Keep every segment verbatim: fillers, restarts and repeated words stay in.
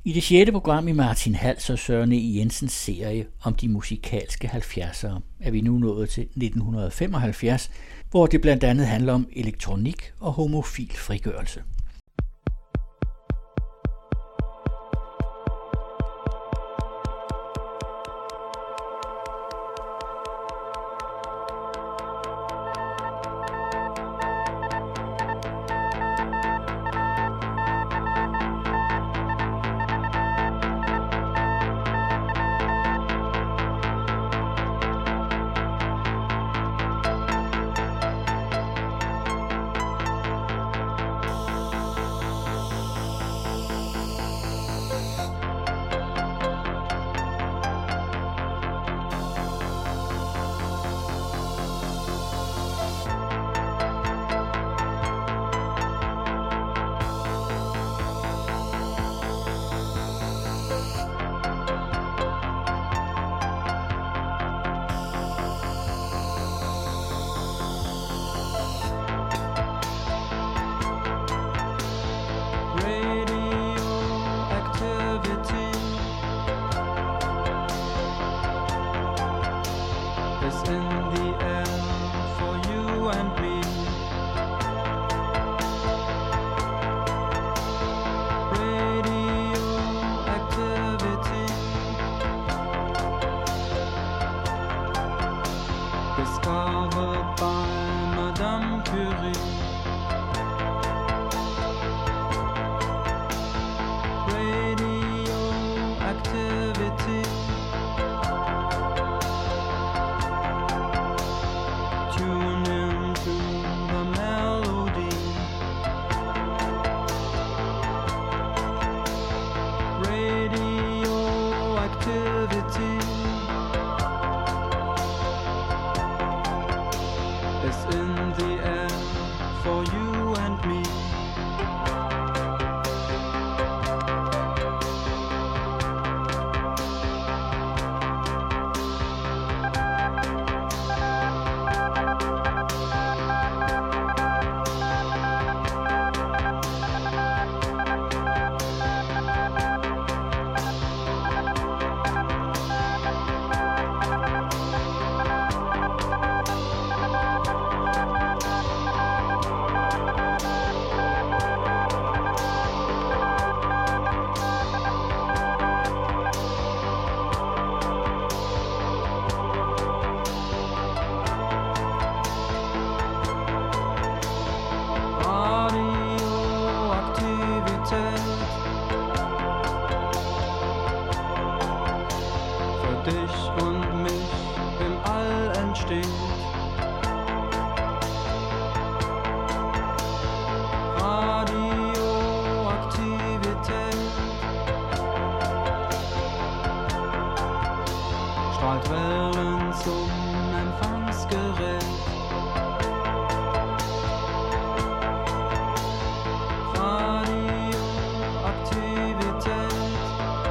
I det sjette program i Martin Hals og Søren E. Jensens serie om de musikalske halvfjerdsere er vi nu nået til nitten femoghalvfjerds, hvor det blandt andet handler om elektronik og homofil frigørelse.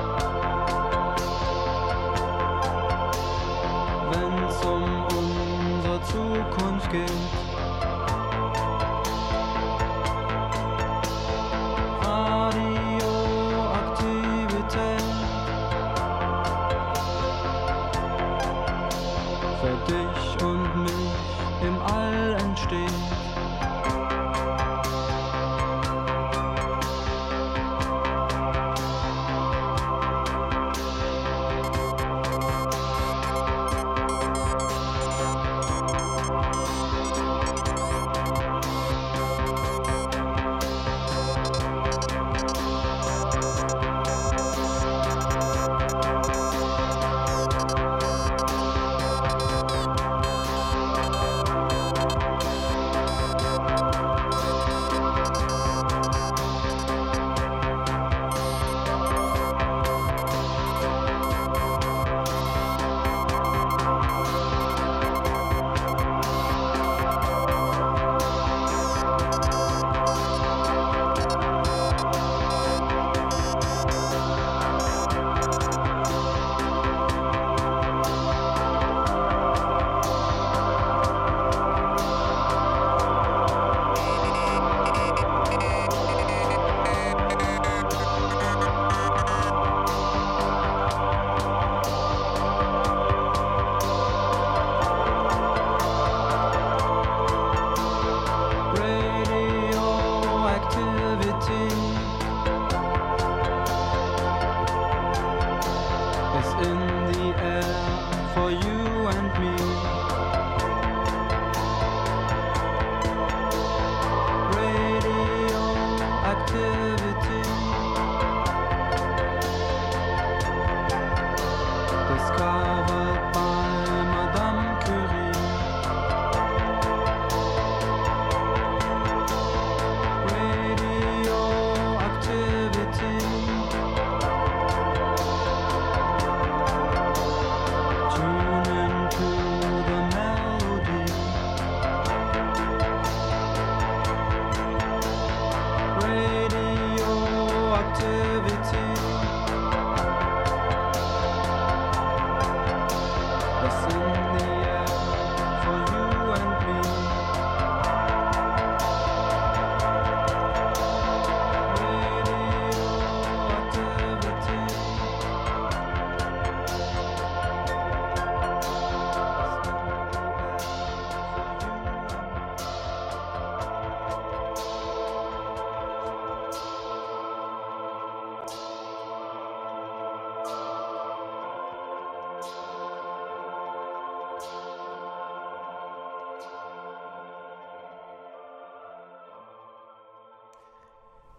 Wenn's um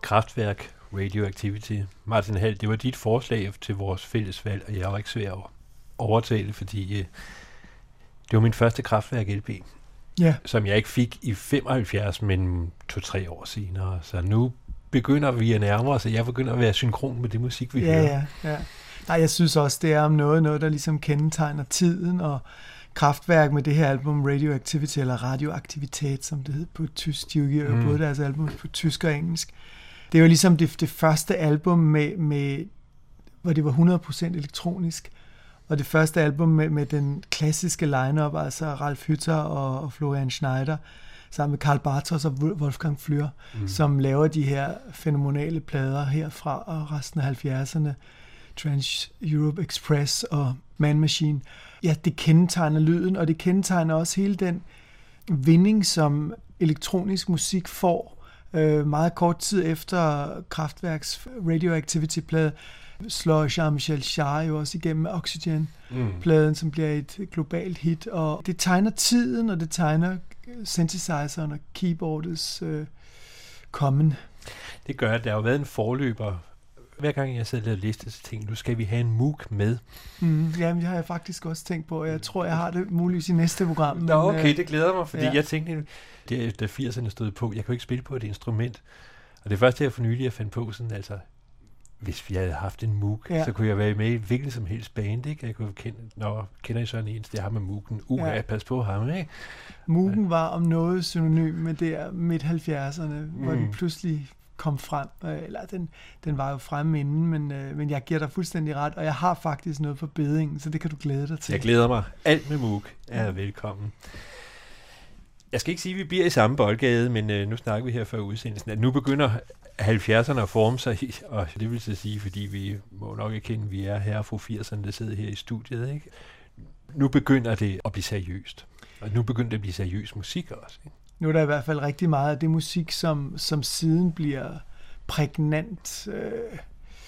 Kraftwerk, Radioactivity. Martin Hall, det var dit forslag til vores fællesvalg, og jeg var ikke svær at overtale, fordi øh, det var min første Kraftwerk L P, ja. Som jeg ikke fik i femoghalvfjerds, men to-tre år senere. Så nu begynder vi at nærme os, og jeg begynder at være synkron med det musik, vi ja, hører. Ja, ja. Nej, jeg synes også, det er om noget, noget, der ligesom kendetegner tiden, og Kraftwerk med det her album Radioactivity, eller Radioaktivitet, som det hed på tysk. De udgiver mm. både deres album på tysk og engelsk. Det er jo ligesom det, det første album, med, med, hvor det var hundrede procent elektronisk, og det første album med, med den klassiske line-up, altså Ralf Hütter og, og Florian Schneider, sammen med Karl Bartos og Wolfgang Flür, mm. som laver de her fænomenale plader herfra og resten af halvfjerdserne. Trans-Europe Express og Man Machine. Ja, det kendetegner lyden, og det kendetegner også hele den vinding, som elektronisk musik får. Øh, meget kort tid efter Kraftwerks Radioactivity-plade slår Jean-Michel Jarre jo også igennem med Oxygen-pladen, mm. som bliver et globalt hit, og det tegner tiden, og det tegner synthesizeren og keyboardets øh, kommen. Det gør, at der har jo været en forløber. Hver gang jeg sidder og laver liste, så tænker jeg, nu skal vi have en MOOC med. Mm, jamen, det har jeg faktisk også tænkt på. Jeg tror, jeg har det muligvis i næste program. Nå, okay, det glæder mig, fordi ja. jeg tænkte, det, da firserne stod på, jeg kan jo ikke spille på et instrument. Og det første, jeg for nylig, jeg fandt på, sådan, altså, hvis vi havde haft en MOOC, ja. så kunne jeg være med i hvilket som helst band, ikke? Jeg kunne kende, når kender I sådan en, det har med MOOC'en. Uh, ja. pas på ham, ikke? MOOC'en ja. var om noget synonym med der midt halvfjerdserne, mm. hvor den pludselig kom frem, eller den, den var jo fremme inden, men, øh, men jeg giver dig fuldstændig ret, og jeg har faktisk noget på bedingen, så det kan du glæde dig til. Jeg glæder mig. Alt med MOOC er ja. velkommen. Jeg skal ikke sige, at vi bliver i samme boldgade, men øh, nu snakker vi her før udsendelsen, at nu begynder halvfjerdserne at forme sig, og det vil så sige, fordi vi må nok erkende, at vi er her fra firserne, der sidder her i studiet, ikke? Nu begynder det at blive seriøst, og nu begynder det at blive seriøs musik også, ikke? Nu er der i hvert fald rigtig meget af det musik, som, som siden bliver prægnant, øh,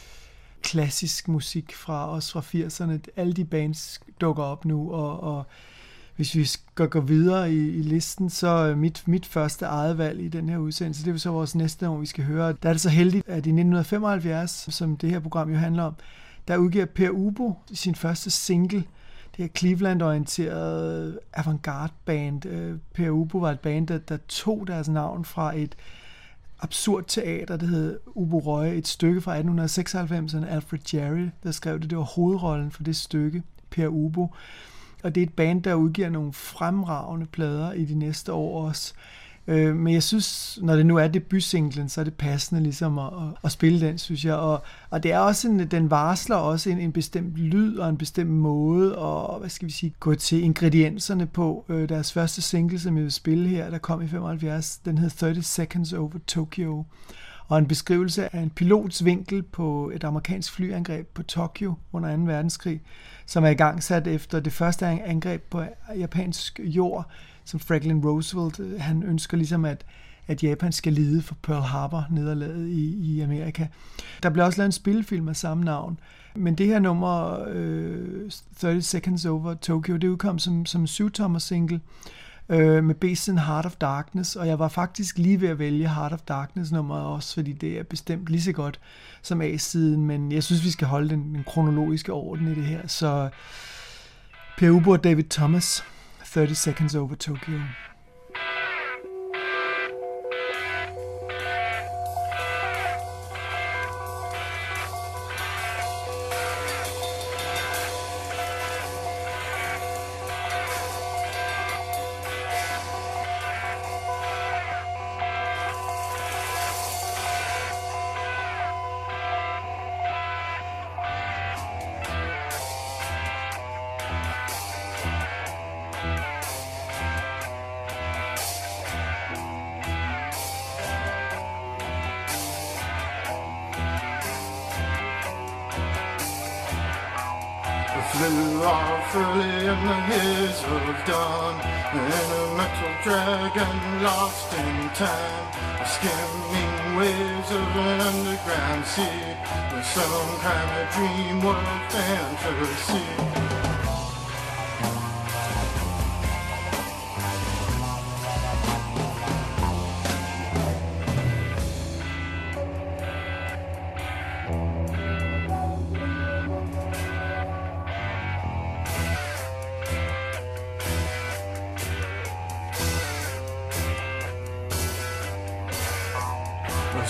klassisk musik fra os fra firserne. Alle de bands dukker op nu, og, og hvis vi skal gå videre i, i listen, så mit, mit første eget valg i den her udsendelse, det er så vores næste nummer, vi skal høre. Der er det så heldigt, at i nitten femoghalvfjerds, som det her program jo handler om, der udgiver Per Ubo sin første single. Det er Cleveland-orienteret avantgarde-band. Per Ubo var et band, der, der tog deres navn fra et absurd teater, der hed Ubo Røje, et stykke fra atten seksoghalvfems, Alfred Jarry, der skrev det. Det var hovedrollen for det stykke, Per Ubo. Og det er et band, der udgiver nogle fremragende plader i de næste år også. Øh, men jeg synes, når det nu er debutsinglen, så er det passende ligesom at, at, at spille den, synes jeg. Og, og det er også en, den varsler også en, en bestemt lyd og en bestemt måde, og hvad skal vi sige, gå til ingredienserne på. Øh, deres første single, som jeg vil spille her, der kom i femoghalvfjerds, den hed thirty seconds over Tokyo. Og en beskrivelse af en pilots vinkel på et amerikansk flyangreb på Tokyo under anden verdenskrig, som er igangsat efter det første angreb på japansk jord, som Franklin Roosevelt, han ønsker ligesom, at, at Japan skal lide for Pearl Harbor nederlaget i, i Amerika. Der blev også lavet en spillefilm af samme navn, men det her nummer, øh, thirty seconds over Tokyo, det udkom som, som syvtommer single, øh, med B-siden Heart of Darkness, og jeg var faktisk lige ved at vælge Heart of Darkness nummeret også, fordi det er bestemt lige så godt som A-siden, men jeg synes, vi skal holde den, den kronologiske orden i det her, så Per Ubo og David Thomas, thirty seconds over Tokyo. Flew off early in the years of dawn, in a metal dragon lost in time, skimming waves of an underground sea, with some kind of dream world fantasy.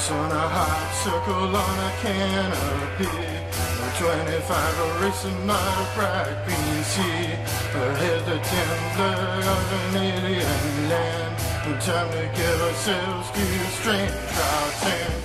on a hot circle on a canopy. twenty-five erasing my bright green sea. Ahead the dim blur of an alien land. Time to give ourselves to strange crowds and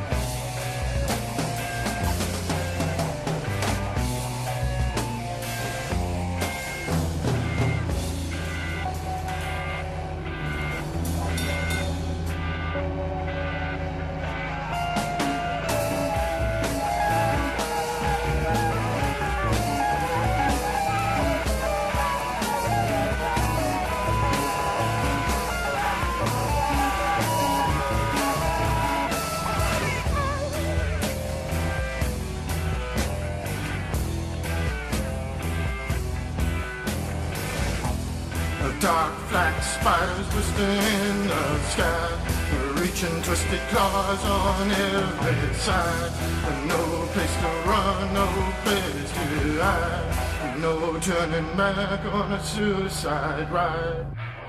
dark black spiders twisting in the sky, reaching twisted claws on every side. No place to run, no place to hide, no turning back on a suicide ride.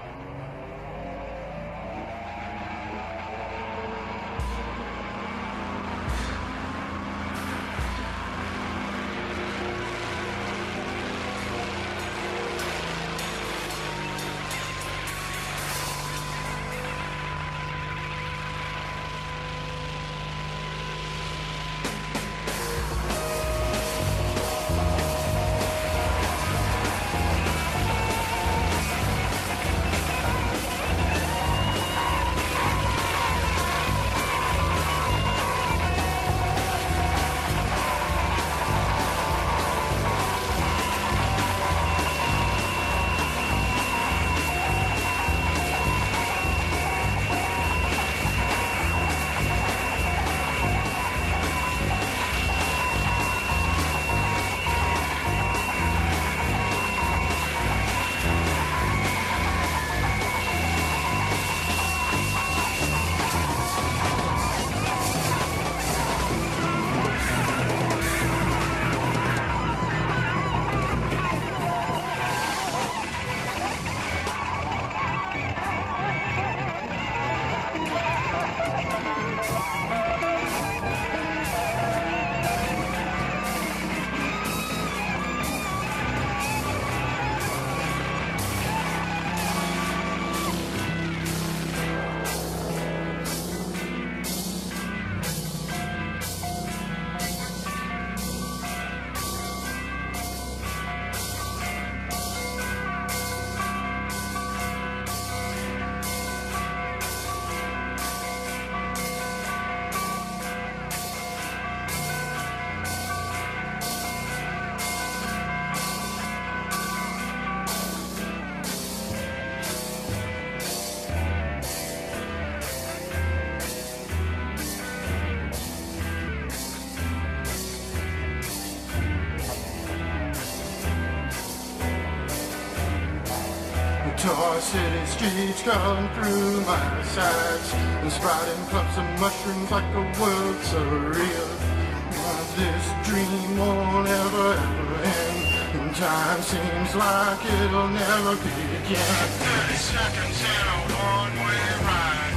Tor city streets crawling through my sides, and sprouting clumps of mushrooms like a world surreal. But this dream won't ever, ever end, and time seems like it'll never begin. Thirty seconds in a one-way ride,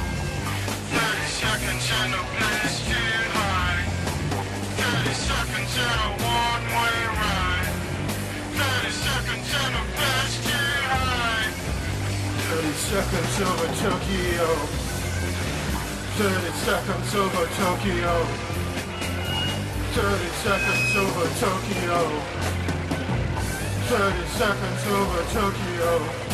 thirty seconds in a place to hide, thirty seconds in a one-way ride, thirty seconds in a place to hide. thirty seconds over Tokyo, thirty seconds over Tokyo, thirty seconds over Tokyo, thirty seconds over Tokyo,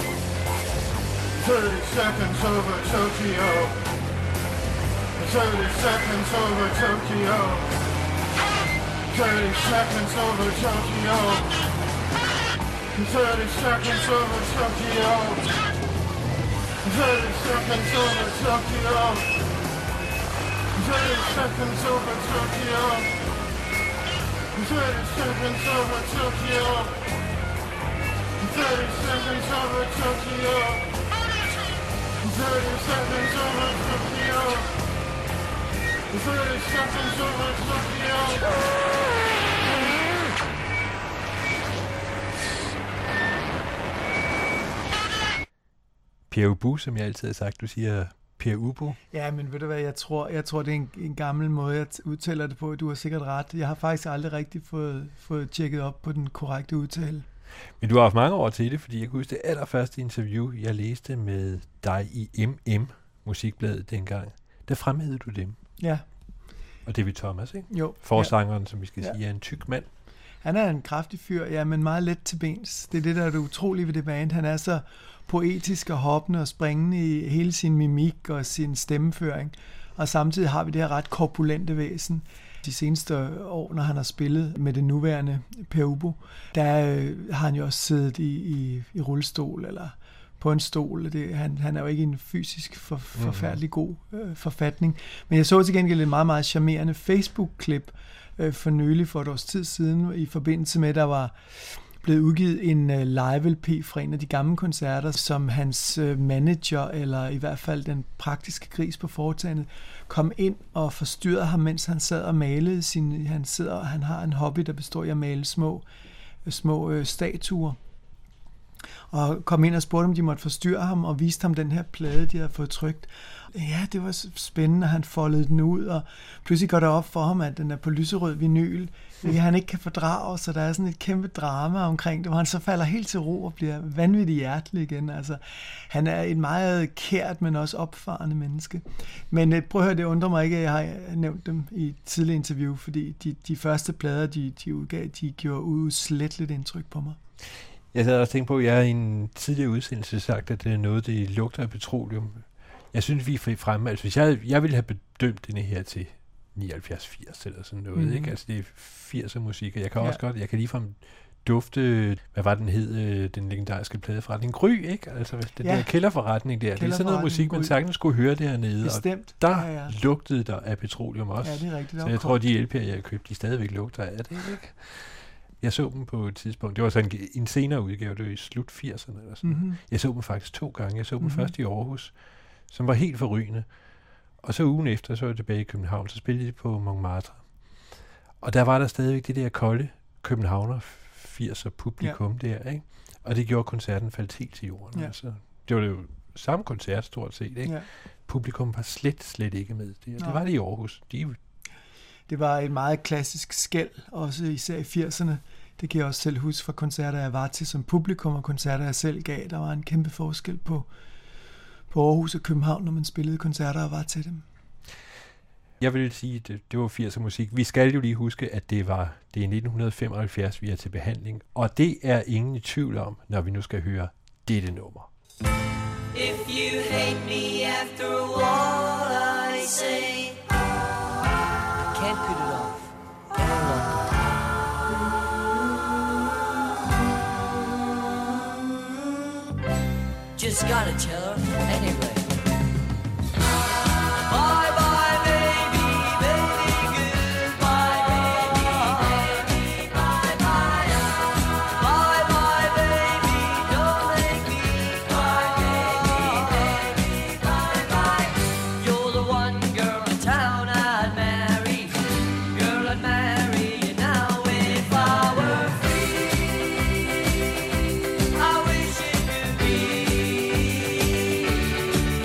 thirty seconds over Tokyo, thirty seconds over Tokyo, thirty seconds over Tokyo, thirty seconds over Tokyo. thirty seconds over Tokyo. thirty seconds over Tokyo. thirty seconds over Tokyo. thirty seconds over Tokyo. thirty seconds over Tokyo. thirty seconds over Tokyo. Pierre Ubu, som jeg altid har sagt, du siger Per Ubo? Ja, men ved du hvad, jeg tror, jeg tror det er en, en gammel måde, jeg udtaler det på. Du har sikkert ret. Jeg har faktisk aldrig rigtig fået, fået tjekket op på den korrekte udtale. Men du har haft mange år til det, fordi jeg kan huske det allerførste interview, jeg læste med dig i M M, musikbladet dengang. Der fremhævede du dem. Ja. Og David Thomas, ikke? Jo. Forsangeren, ja. Som vi skal ja. sige, er en tyk mand. Han er en kraftig fyr, ja, men meget let til bens. Det er det, der er det utrolige ved det band. Han er så poetisk og hoppende og springende i hele sin mimik og sin stemmeføring. Og samtidig har vi det her ret korpulente væsen. De seneste år, når han har spillet med det nuværende Per Ubo, der øh, har han jo også siddet i, i, i rullestol eller på en stol. Det, han, han er jo ikke i en fysisk for, forfærdelig god øh, forfatning. Men jeg så til gengæld et meget, meget charmerende Facebook-klip øh, for nylig for et års tid siden, i forbindelse med, at der var blevet udgivet en uh, live-L P fra en af de gamle koncerter, som hans uh, manager, eller i hvert fald den praktiske gris på foretagendet, kom ind og forstyrrede ham, mens han sad og malede sin, han sidder, han har en hobby, der består i at male små, små uh, statuer. Og kom ind og spurgte, om de måtte forstyrre ham, og viste ham den her plade, de havde fået trykt. Ja, det var spændende, han foldede den ud, og pludselig går det op for ham, at den er på lyserød vinyl, hvilket han ikke kan fordrage, så der er sådan et kæmpe drama omkring det, hvor han så falder helt til ro og bliver vanvittigt hjertelig igen. Altså, han er et meget kært, men også opfarende menneske. Men prøv at høre, det undrer mig ikke, at jeg har nævnt dem i et tidligere interview, fordi de, de første plader, de, de udgav, de gjorde usletteligt indtryk på mig. Jeg havde også tænkt på, at jeg i en tidligere udsendelse sagt, at det er noget, det lugter af petroleum. Jeg synes, vi er fremme. Altså, hvis jeg, jeg ville have bedømt denne her til nioghalvfjerds firs eller sådan noget, mm. ikke? Altså, det er firser musik, og jeg kan ja. også godt, jeg kan ligefrem dufte, hvad var den hed, den legendariske pladeforretning? Gry, ikke? Altså, den ja. der kælderforretning der. Det er sådan noget musik, man sagtens skulle høre dernede. Bestemt. Og der ja, ja. lugtede der af petroleum også. Ja, det er rigtigt. Så jeg tror, de L P'er, jeg har købt, de stadigvæk lugter af det, ikke? Jeg så dem på et tidspunkt. Det var så en, en senere udgave, det var i slut firserne eller sådan. Mm-hmm. Jeg så dem faktisk to gange. Jeg så dem mm-hmm. først i Aarhus, som var helt forrygende. Og så ugen efter, så var jeg tilbage i København, så spillede de på Montmartre. Og der var der stadigvæk det der kolde københavner firser publikum ja. der, ikke? Og det gjorde koncerten faldt helt til jorden. Ja. Altså, det var det jo samme koncert stort set, ikke? Ja. Publikum var slet, slet ikke med. Det, det var det i Aarhus. De Det var et meget klassisk skel, også især i firserne. Det kan jeg også selv huske fra koncerter, jeg var til som publikum, og koncerter, jeg selv gav. Der var en kæmpe forskel på, på Aarhus og København, når man spillede koncerter og var til dem. Jeg vil sige, at det, det var firser musik. Vi skal jo lige huske, at det var det er nitten femoghalvfjerds, vi er til behandling. Og det er ingen i tvivl om, når vi nu skal høre dette nummer. If you hate me after all I say, can't put it off any longer. Just gotta tell her anyway. Bye bye baby, baby, goodbye baby, baby, bye bye. Bye bye baby, don't make me cry baby, baby, bye bye. You're the one girl in town I'd marry. Girl I'd marry you now if I were free. I wish it could be.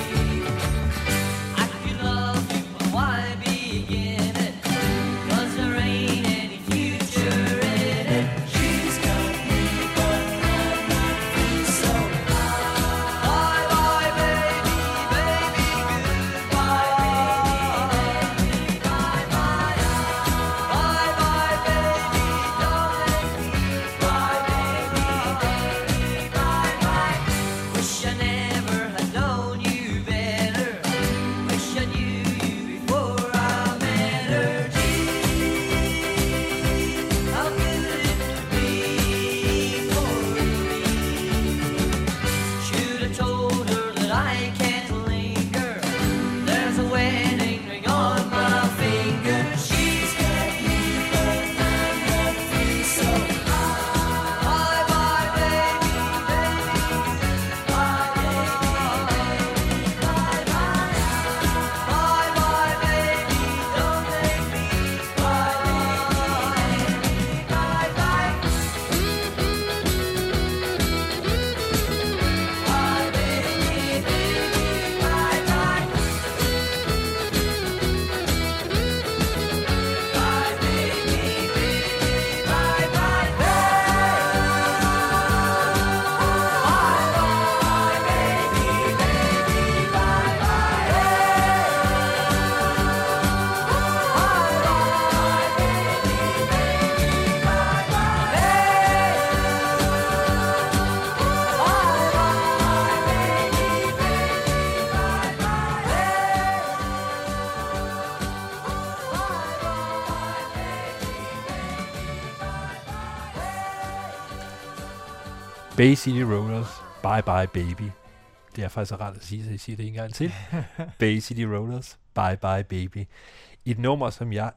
Bay City Rollers, Bye Bye Baby. Det er faktisk rart at sige, så jeg siger det en gang til. Bay City Rollers, Bye Bye Baby. Et nummer, som jeg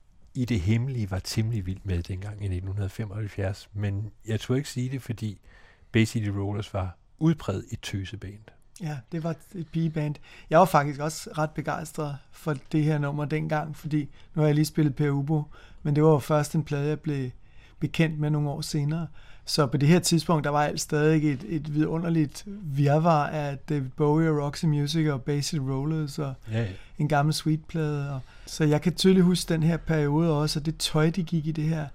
i det hemmelige var temmelig vild med dengang i nitten femoghalvfjerds, men jeg turde ikke sige det, fordi Bay City Rollers var udpræget et tøseband. Ja, det var et pigeband. Jeg var faktisk også ret begejstret for det her nummer dengang, fordi nu har jeg lige spillet Per Ubo, men det var jo først en plade, jeg blev bekendt med nogle år senere. Så på det her tidspunkt, der var alt stadig et, et vidunderligt virvar af David Bowie og Roxy Music og Bay City Rollers og ja, ja. en gammel Sweet-plade. Og, så jeg kan tydeligt huske den her periode også, og det tøj, de gik i, det her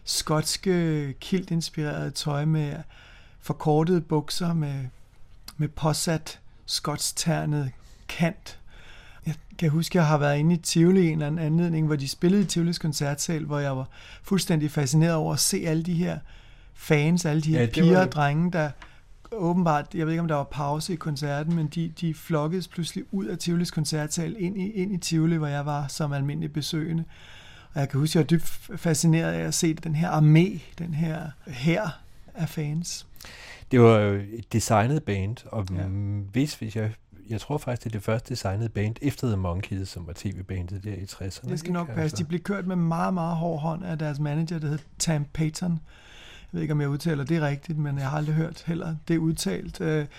skotske, kilt-inspirerede tøj med forkortede bukser, med, med påsat skotsternet kant. Jeg kan huske, at jeg har været inde i Tivoli i en eller anden anledning, hvor de spillede i Tivolis koncertsal, hvor jeg var fuldstændig fascineret over at se alle de her fans, alle de her ja, piger og drenge, der åbenbart, jeg ved ikke om der var pause i koncerten, men de, de flokkedes pludselig ud af Tivolis koncertsal ind i, ind i Tivoli, hvor jeg var som almindelig besøgende. Og jeg kan huske, at jeg var dybt fascineret af at se den her armé, den her hær af fans. Det var jo et designet band, og ja. hvis, hvis jeg Jeg tror faktisk, det er det første designede band efter The Monkees, som var tv-bandet der i tresserne. Det skal nok passe. Altså. De blev kørt med meget, meget hård hånd af deres manager, der hed Tam Payton. Jeg ved ikke, om jeg udtaler det rigtigt, men jeg har aldrig hørt heller det udtalt.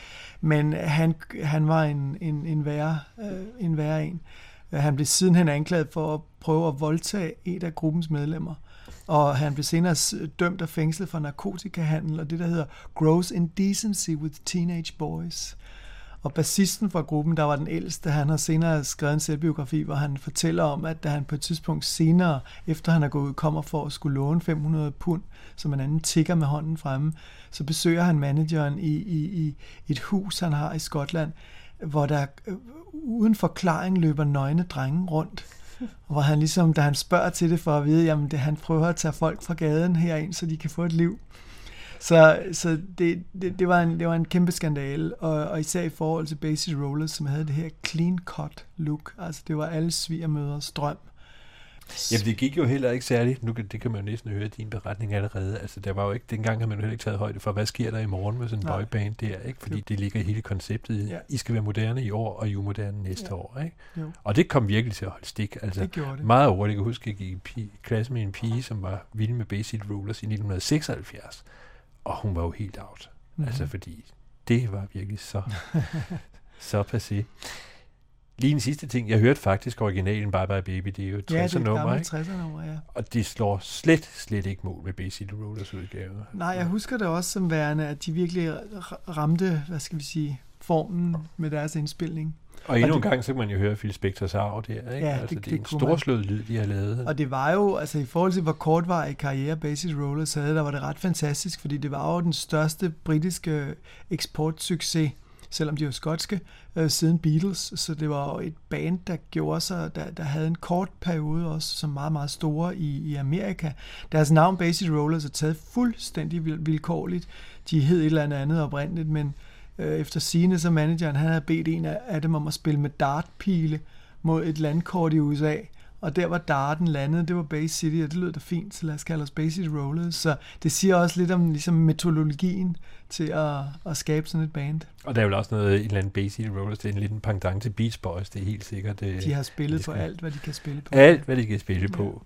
Men han, han var en, en, en, værre, en værre en. Han blev sidenhen anklaget for at prøve at voldtage et af gruppens medlemmer. Og han blev senere dømt og fængslet for narkotikahandel og det, der hedder gross indecency with teenage boys. Og bassisten fra gruppen, der var den ældste, han har senere skrevet en selvbiografi, hvor han fortæller om, at da han på et tidspunkt senere, efter han er gået ud, kommer for at skulle låne fem hundrede pund, som en anden tigger med hånden fremme, så besøger han manageren i, i, i et hus, han har i Skotland, hvor der øh, uden forklaring løber nøgne drenge rundt. Og hvor han ligesom, da han spørger til det for at vide, jamen det, han prøver at tage folk fra gaden herind, så de kan få et liv. Så, så det, det, det, var en, det var en kæmpe skandale, og, og især i forhold til Bay City Rollers, som havde det her clean cut look. Altså det var alle svigermødres drøm. Jamen det gik jo heller ikke særligt. Nu det kan man jo næsten høre din beretning allerede. Altså der var jo ikke, dengang har man jo heller ikke taget højde for, hvad sker der i morgen med sådan en boyband der, ikke? Fordi jo. Det ligger i hele konceptet. Ja. I skal være moderne i år, og I er moderne næste ja. år, ikke? Jo. Og det kom virkelig til at holde stik. Altså det gjorde det. Meget hurtigt. Jeg kan huske, at jeg gik i klasse med en pige, som var vild med Bay City Rollers i nitten seksoghalvfjerds. Og hun var jo helt out. Mm-hmm. Altså fordi det var virkelig så, så passé. Lige en sidste ting. Jeg hørte faktisk originalen Bye Bye Baby. Det er jo et tresserne-nummer, ikke? tresserne-nummer, ja. Og det slår slet, slet ikke mål med Bay City Rollers udgave. Nej, jeg husker det også som værende, at de virkelig ramte, hvad skal vi sige, formen med deres indspilning. Og endnu og det, en gang, så kan man jo høre Phil Spectors arv der, ikke? Ja, altså, det, det, det er en storslået lyd, de har lavet. Og det var jo, altså i forhold til, hvor kortvarig karriere Bay City Rollers havde, der var det ret fantastisk, fordi det var jo den største britiske eksportsucces, selvom de var skotske, øh, siden Beatles. Så det var jo et band, der gjorde sig, der, der havde en kort periode også, som meget, meget store i, i Amerika. Deres navn Bay City Rollers er taget fuldstændig vilkårligt. De hed et eller andet oprindeligt, men øh, efter sigende, så manageren, han havde bedt en af, af dem om at spille med dartpile mod et landkort i U S A. Og der var darten landet, det var Bay City, og det lød da fint, så lad os kalde os Bay City Rollers. Så det siger også lidt om ligesom, metodologien til at, at skabe sådan et band. Og der er jo også noget, en eller anden Bay City Rollers, det er en lille pendant til Beach Boys, det er helt sikkert. Det, de har spillet de skal, på alt, hvad de kan spille på. Alt, hvad de kan spille ja. på.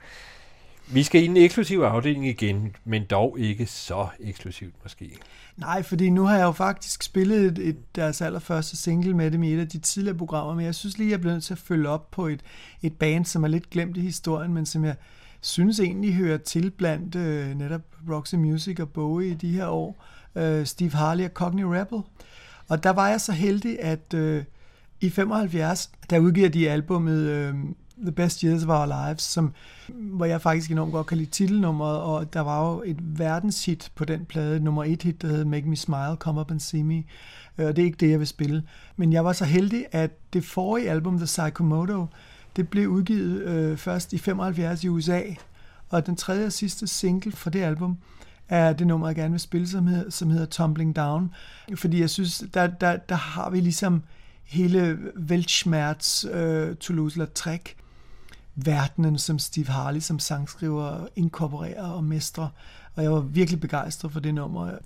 Vi skal i en eksklusiv afdeling igen, men dog ikke så eksklusivt måske. Nej, fordi nu har jeg jo faktisk spillet et, et, deres allerførste single med dem i et af de tidligere programmer, men jeg synes lige, jeg bliver nødt til at følge op på et, et band, som er lidt glemt i historien, men som jeg synes egentlig hører til blandt øh, netop Roxy Music og Bowie i de her år. Øh, Steve Harley og Cockney Rebel. Og der var jeg så heldig, at øh, i femoghalvfjerds, der udgiver de albumet øh, The Best Years of Our Lives, som, hvor jeg faktisk enormt godt kan lide titelnummeret, og der var jo et verdenshit på den plade, nummer et hit, der hed Make Me Smile, Come Up and See Me, og det er ikke det, jeg vil spille. Men jeg var så heldig, at det forrige album, The Psychomoto, det blev udgivet øh, først i femoghalvfjerds i U S A, og den tredje og sidste single fra det album er det nummer, jeg gerne vil spille, som hedder, som hedder Tumbling Down, fordi jeg synes, der, der, der har vi ligesom hele Weltschmerz, øh, Toulouse-Lautrec, verdenen, som Steve Harley som sangskriver inkorporerer og mestrer, og jeg var virkelig begejstret for det nummer.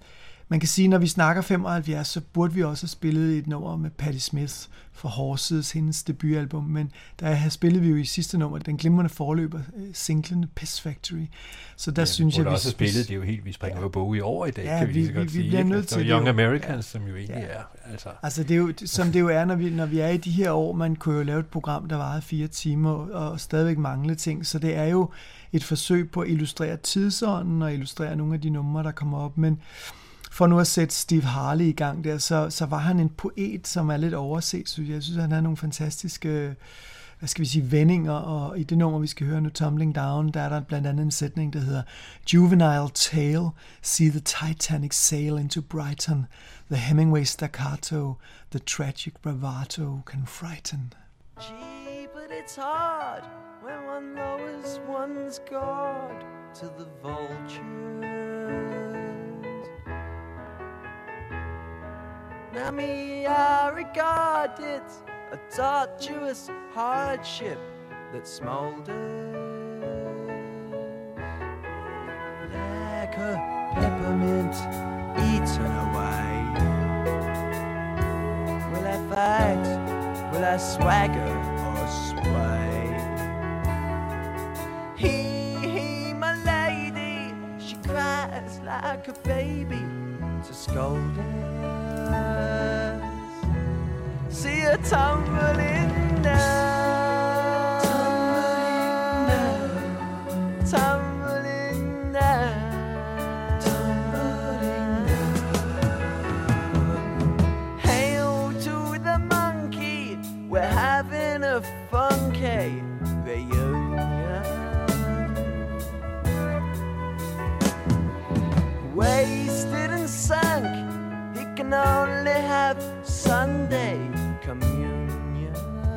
man kan sige, når vi snakker femoghalvfjerds, så burde vi også have spillet et nummer med Patti Smith for Horses, hendes debutalbum, men der har spillet vi jo i sidste nummer, den glimrende forløber, singlen Piss Factory. Så der ja, synes jeg, vi også spillet, det er jo helt, vi springer jo ja. Bowie over i dag, ja, kan vi, vi lige så godt vi, sige. Vi bliver nødt til Young det. Americans, ja. Som jo egentlig ja. er. Altså. altså det er jo, som det jo er, når vi, når vi er i de her år, man kunne jo lave et program, der varede fire timer, og stadigvæk mangle ting, så det er jo et forsøg på at illustrere tidsånden, og illustrere nogle af de numre, der kommer op, men for nu at sætte Steve Harley i gang der, så, så var han en poet, som er lidt overset, synes jeg. Jeg synes, han havde nogle fantastiske, hvad skal vi sige, vendinger, og i det nummer, vi skal høre nu, Tumbling Down, der er der blandt andet en sætning, der hedder Juvenile tale, see the Titanic sail into Brighton, the Hemingway staccato, the tragic bravado can frighten. Gee, but it's hard when one lowers one's guard to the vultures. Now me, I regard it a tortuous hardship that smolders like a peppermint eaten away. Will I fight? Will I swagger or sway? He, he, my lady, she cries like a baby to scold us. See her tumbling down, tumbling down, tumbling down, tumbling down. Hail to the monkey, we're having a funky reunion. Wasted and sunk, he can only have Sunday communion.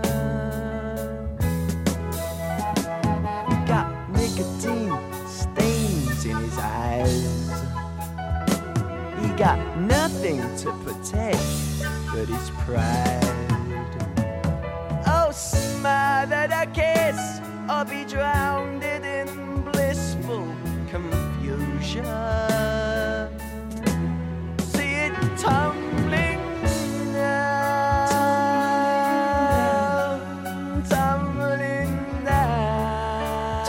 Got nicotine stains in his eyes. He got nothing to protect but his pride. Oh, smothered a kiss or be drowned in blissful confusion. See it tumbling down, tumbling down,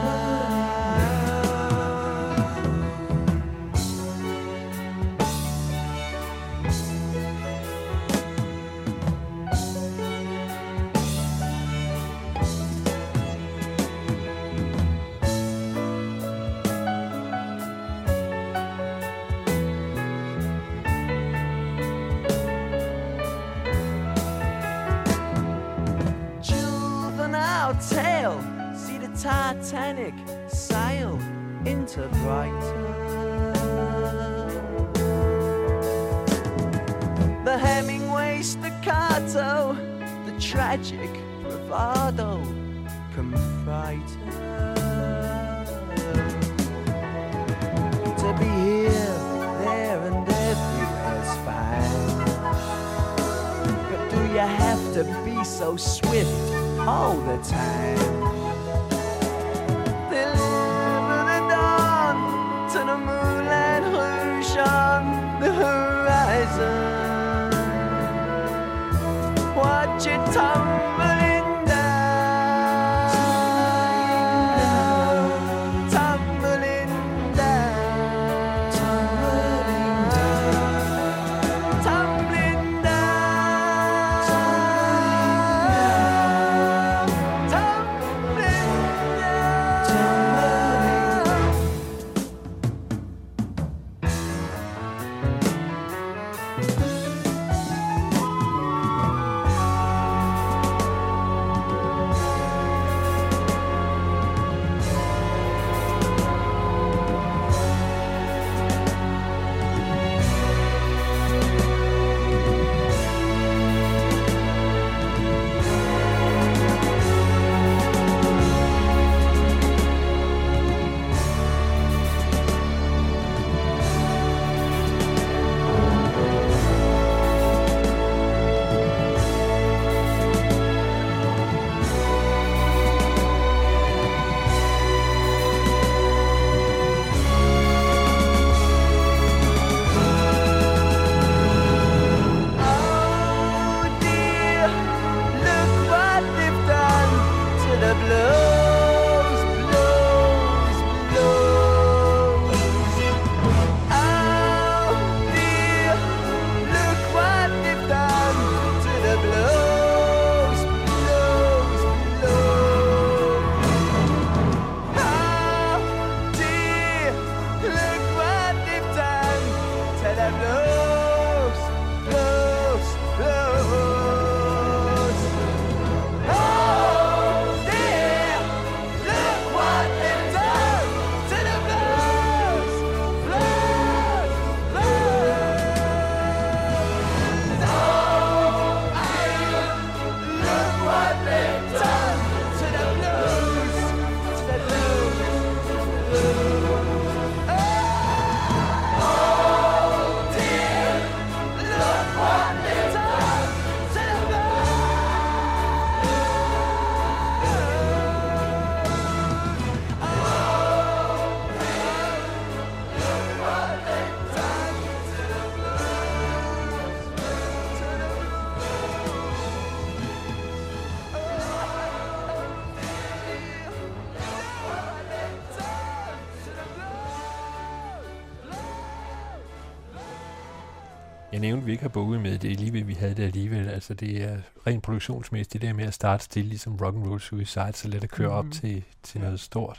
tale, see the Titanic sail into Brighton. The Hemingway staccato, the tragic bravado can frighten. To be here, there and everywhere's fine, but do you have to be so swift all the time? Deliver the dawn to the moonlight rouge on the horizon. Watch it tumbling down, tumbling down, tumbling down, tumbling down, tumbling down. the blues, blues, blues. Oh dear, look what they've done to the blues, blues, blues. Oh dear, look what they've done to the blues, to the blues, blues. Jeg nævnte, at vi ikke har Bowie med. Det er lige ved, vi havde det alligevel. Altså, det er rent produktionsmæssigt, det der med at starte stille, ligesom Rock'n'Roll Suicide, så lad det køre op mm. til, til ja. noget stort.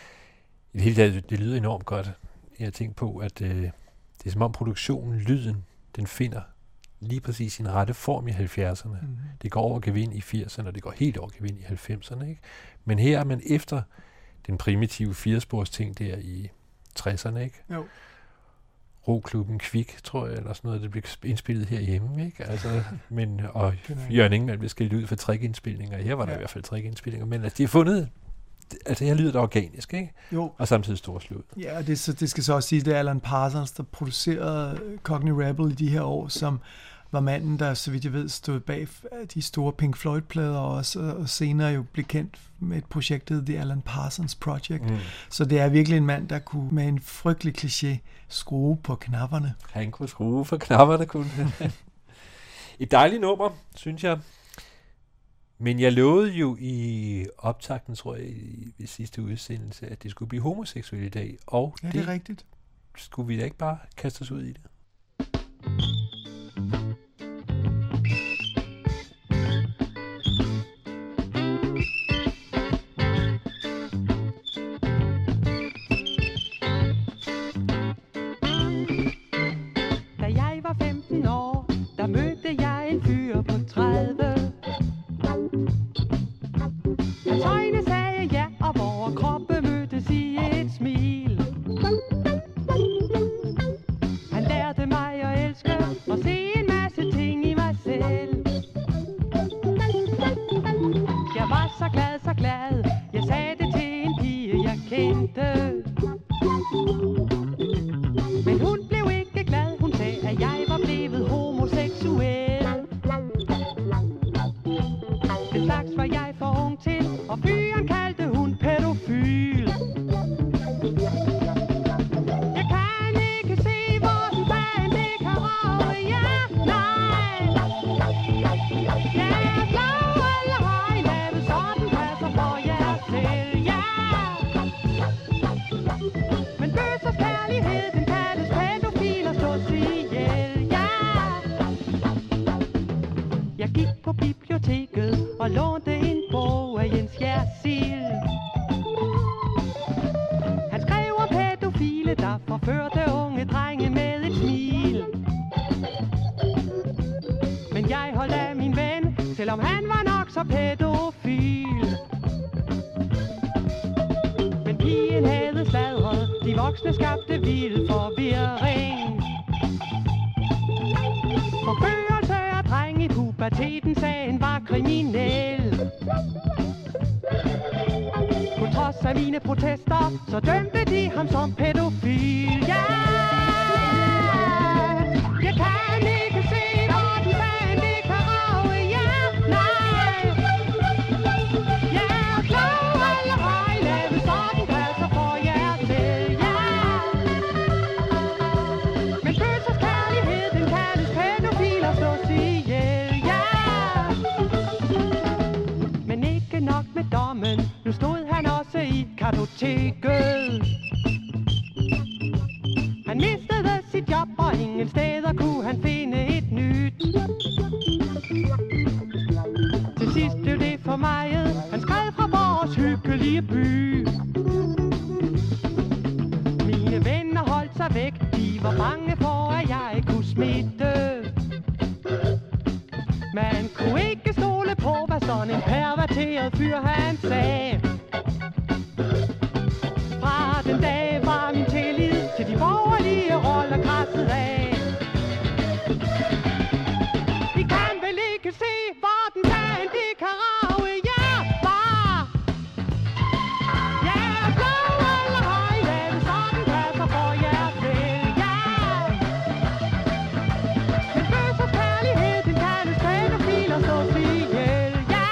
I det hele taget, det lyder enormt godt. Jeg har tænkt på, at øh, det er som om produktionen, lyden, den finder lige præcis sin rette form i halvfjerdserne. Mm. Det går over gevind i firserne, og det går helt over gevind i halvfemserne. Ikke? Men her er man efter den primitive firespors ting der i tresserne, ikke? Jo. Roklubben Kvik, tror jeg, eller sådan noget, det blev indspillet herhjemme, ikke? Altså, men, og Jørgen Ingemann blev skilt ud for trick-indspilninger. Her var der ja. i hvert fald trick-indspilninger, men altså, de har fundet, altså her lyder det organisk, ikke? Jo. Og samtidig storslået. Ja, det, så, det skal så også sige, det er Alan Parsons, der producerede Cockney Rebel i de her år, som var manden, der, så vidt jeg ved, stod bag de store Pink Floyd-plader også, og senere jo blev kendt med et projekt, der The Alan Parsons Project. Mm. Så det er virkelig en mand, der kunne med en frygtelig kliché skrue på knapperne. Han kunne skrue på knapperne, kunne han. Et dejligt nummer, synes jeg. Men jeg lovede jo i optakten, tror jeg, i, i sidste udsendelse, at det skulle blive homoseksuel i dag. Og ja, det, det er rigtigt. Skulle vi da ikke bare kaste os ud i det? Mine venner holdt sig væk, de var bange for, at jeg smitte. Man kunne ikke stole på, hvad sådan en perverteret fyr han sagde. Fra den dag var min tillid til de borgerlige roller krasset af. De kan vel ikke se, hvor den dagen de kan rage jer var. Ja, blå eller høj, hvem sådan passer for jer til jer. Men bøssers kærlighed, den kaldes pædofil og slås ihjel, ja.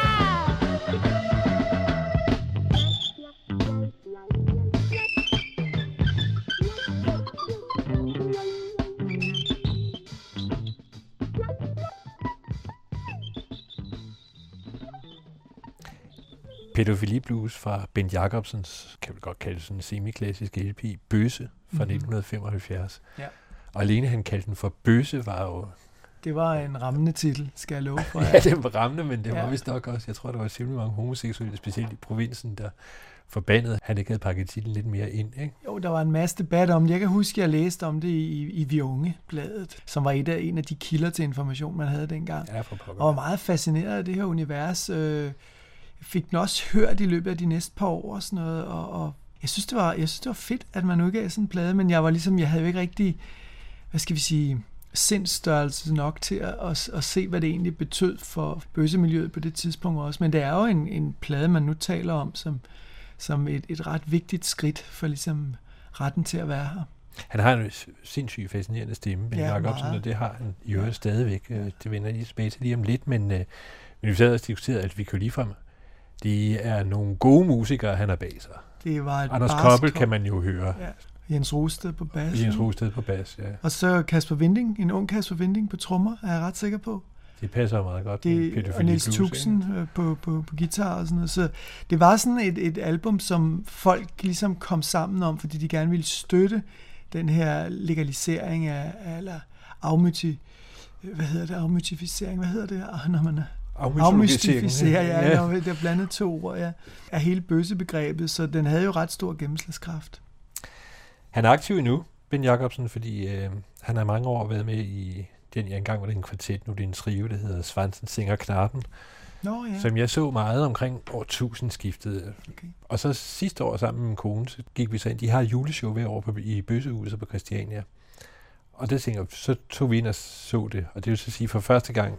Pædofili Blues fra Bent Jacobsens, kan vi godt kalde sådan en semiklassisk L P, Bøsse fra Mhm. nitten femoghalvfjerds. Ja. Og alene han kaldte den for Bøsse var jo... Det var en rammende titel, skal jeg love for jer. Ja, det var rammende, men det Ja. var vist nok også, jeg tror, der var simpelthen mange homoseksuelle, specielt i provinsen, der forbandede, han ikke havde pakket titlen lidt mere ind, ikke? Jo, der var en masse debat om det. Jeg kan huske, at jeg læste om det i, i Vi Unge-bladet, som var et af, en af de kilder til information, man havde dengang. Ja, for pokker. Og var meget fascineret af det her univers. Øh, Jeg fik den også hørt i løbet af de næste par år og sådan noget, og, og jeg, synes, det var, jeg synes, det var fedt, at man udgav sådan en plade, men jeg var ligesom, jeg havde jo ikke rigtig, hvad skal vi sige, sindsstørrelse nok til at, at, at se, hvad det egentlig betød for bøssemiljøet på det tidspunkt også. Men det er jo en, en plade, man nu taler om, som, som et, et ret vigtigt skridt for ligesom retten til at være her. Han har en sindssygt fascinerende stemme, Ben Ja, Jacobsen, meget. og det har han i øvrigt stadigvæk. Øh, Det vender lige tilbage til lige om lidt, men, øh, men vi sad også diskuteret, at vi kan jo ligefrem, det er nogle gode musikere, han har bag sig. Det var et Anders barsk Koppel hold. kan man jo høre. Ja. Jens Rosted på bas. Jens Rosted på bas, ja. Og så Kasper Winding, en ung Kasper Winding på trommer, er jeg ret sikker på. Det passer meget godt med Det, Pædofili og Niels Blues, Tuxen øh, på, på, på guitar og sådan noget. Så det var sådan et, et album, som folk ligesom kom sammen om, fordi de gerne ville støtte den her legalisering af, af eller afmyti, hvad hedder det, afmytificering, hvad hedder det, ah, når man er afmystificering, ja, ja. Når det er blandet to ord, ja, af hele bøssebegrebet, så den havde jo ret stor gennemslagskraft. Han er aktiv endnu, Ben Jacobsen, fordi øh, han har mange år været med i den, ja, engang var det en kvartet, nu det er en trio, der hedder Svansen Singer Knarpen, Nå ja, som jeg så meget omkring årtusindskiftet. okay. Og så sidste år sammen med min kone, så gik vi så ind. De har et juleshow hver år på, i Bøssehuset på Christiania. Og det tænker jeg, så tog vi ind og så det. Og det vil så sige, for første gang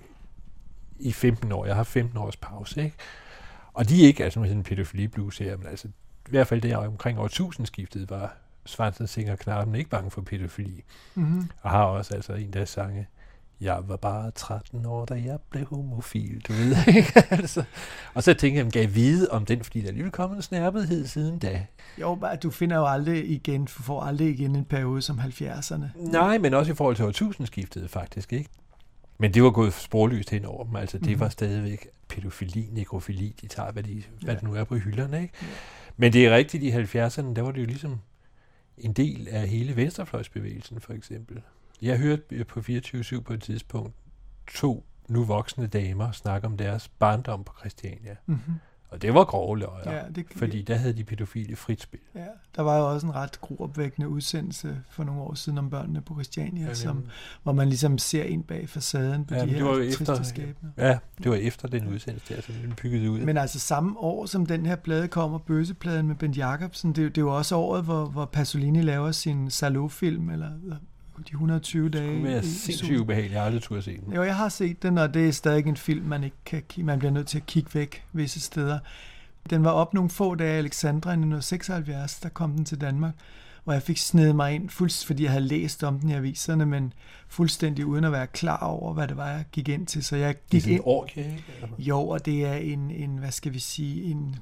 i femten år, jeg har femten års pause, ikke? Og de er ikke altså sådan en Pædofili Blues her, men altså i hvert fald der omkring årtusindskiftet var Svansen Singer Knarpen ikke bange for pædofili. Mm-hmm. Og har også altså en der sange, jeg var bare tretten år, da jeg blev homofil, du ved, ikke? altså, og så tænker jeg, kan jeg vide om den, fordi der er alligevel kommet en snærpethed siden da. Jo, bare, du finder jo aldrig igen, du får aldrig igen en periode som halvfjerdserne. Nej, men også i forhold til årtusindskiftet faktisk, ikke? Men det var gået sporløst hen over dem, altså det Mhm. var stadigvæk pædofili, nekrofili, de tager, hvad, de, hvad Ja. det nu er på hylderne, ikke? Ja. Men det er rigtigt, i halvfjerdserne, der var det jo ligesom en del af hele venstrefløjsbevægelsen, for eksempel. Jeg hørte på fireogtyve syv på et tidspunkt to nu voksne damer snakke om deres barndom på Christiania. Mm-hmm. Og det var grove løjer, Ja, det, fordi der havde de pædofile frit spil. ja, der var jo også en ret gruopvækkende udsendelse for nogle år siden om børnene på Christiania, Ja, som, nemlig. hvor man ligesom ser ind bag facaden på Ja, de men her det var jo triste efter- skæbner. Ja, det var efter den udsendelse der, så den byggede ud. Men altså samme år, som den her plade kommer, Bøssepladen med Bent Jacobsen, det, det er jo også året, hvor, hvor Pasolini laver sin Salo-film, eller de et hundrede og tyve dage. Det kunne være i- i sindssygt solen. ubehageligt. Jeg har aldrig turde se den. Jo, jeg har set den, og det er stadig en film, man ikke kan ki- man bliver nødt til at kigge væk visse steder. Den var op nogle få dage i Alexandra i nitten seksoghalvfjerds, der kom den til Danmark, hvor jeg fik snedet mig ind, fuldst, fordi jeg havde læst om den i aviserne, men fuldstændig uden at være klar over, hvad det var, jeg gik ind til. Så jeg Det er gik sådan ind. en orkie, ikke? Eller- Jo, og det er en, en hvad skal vi sige, en,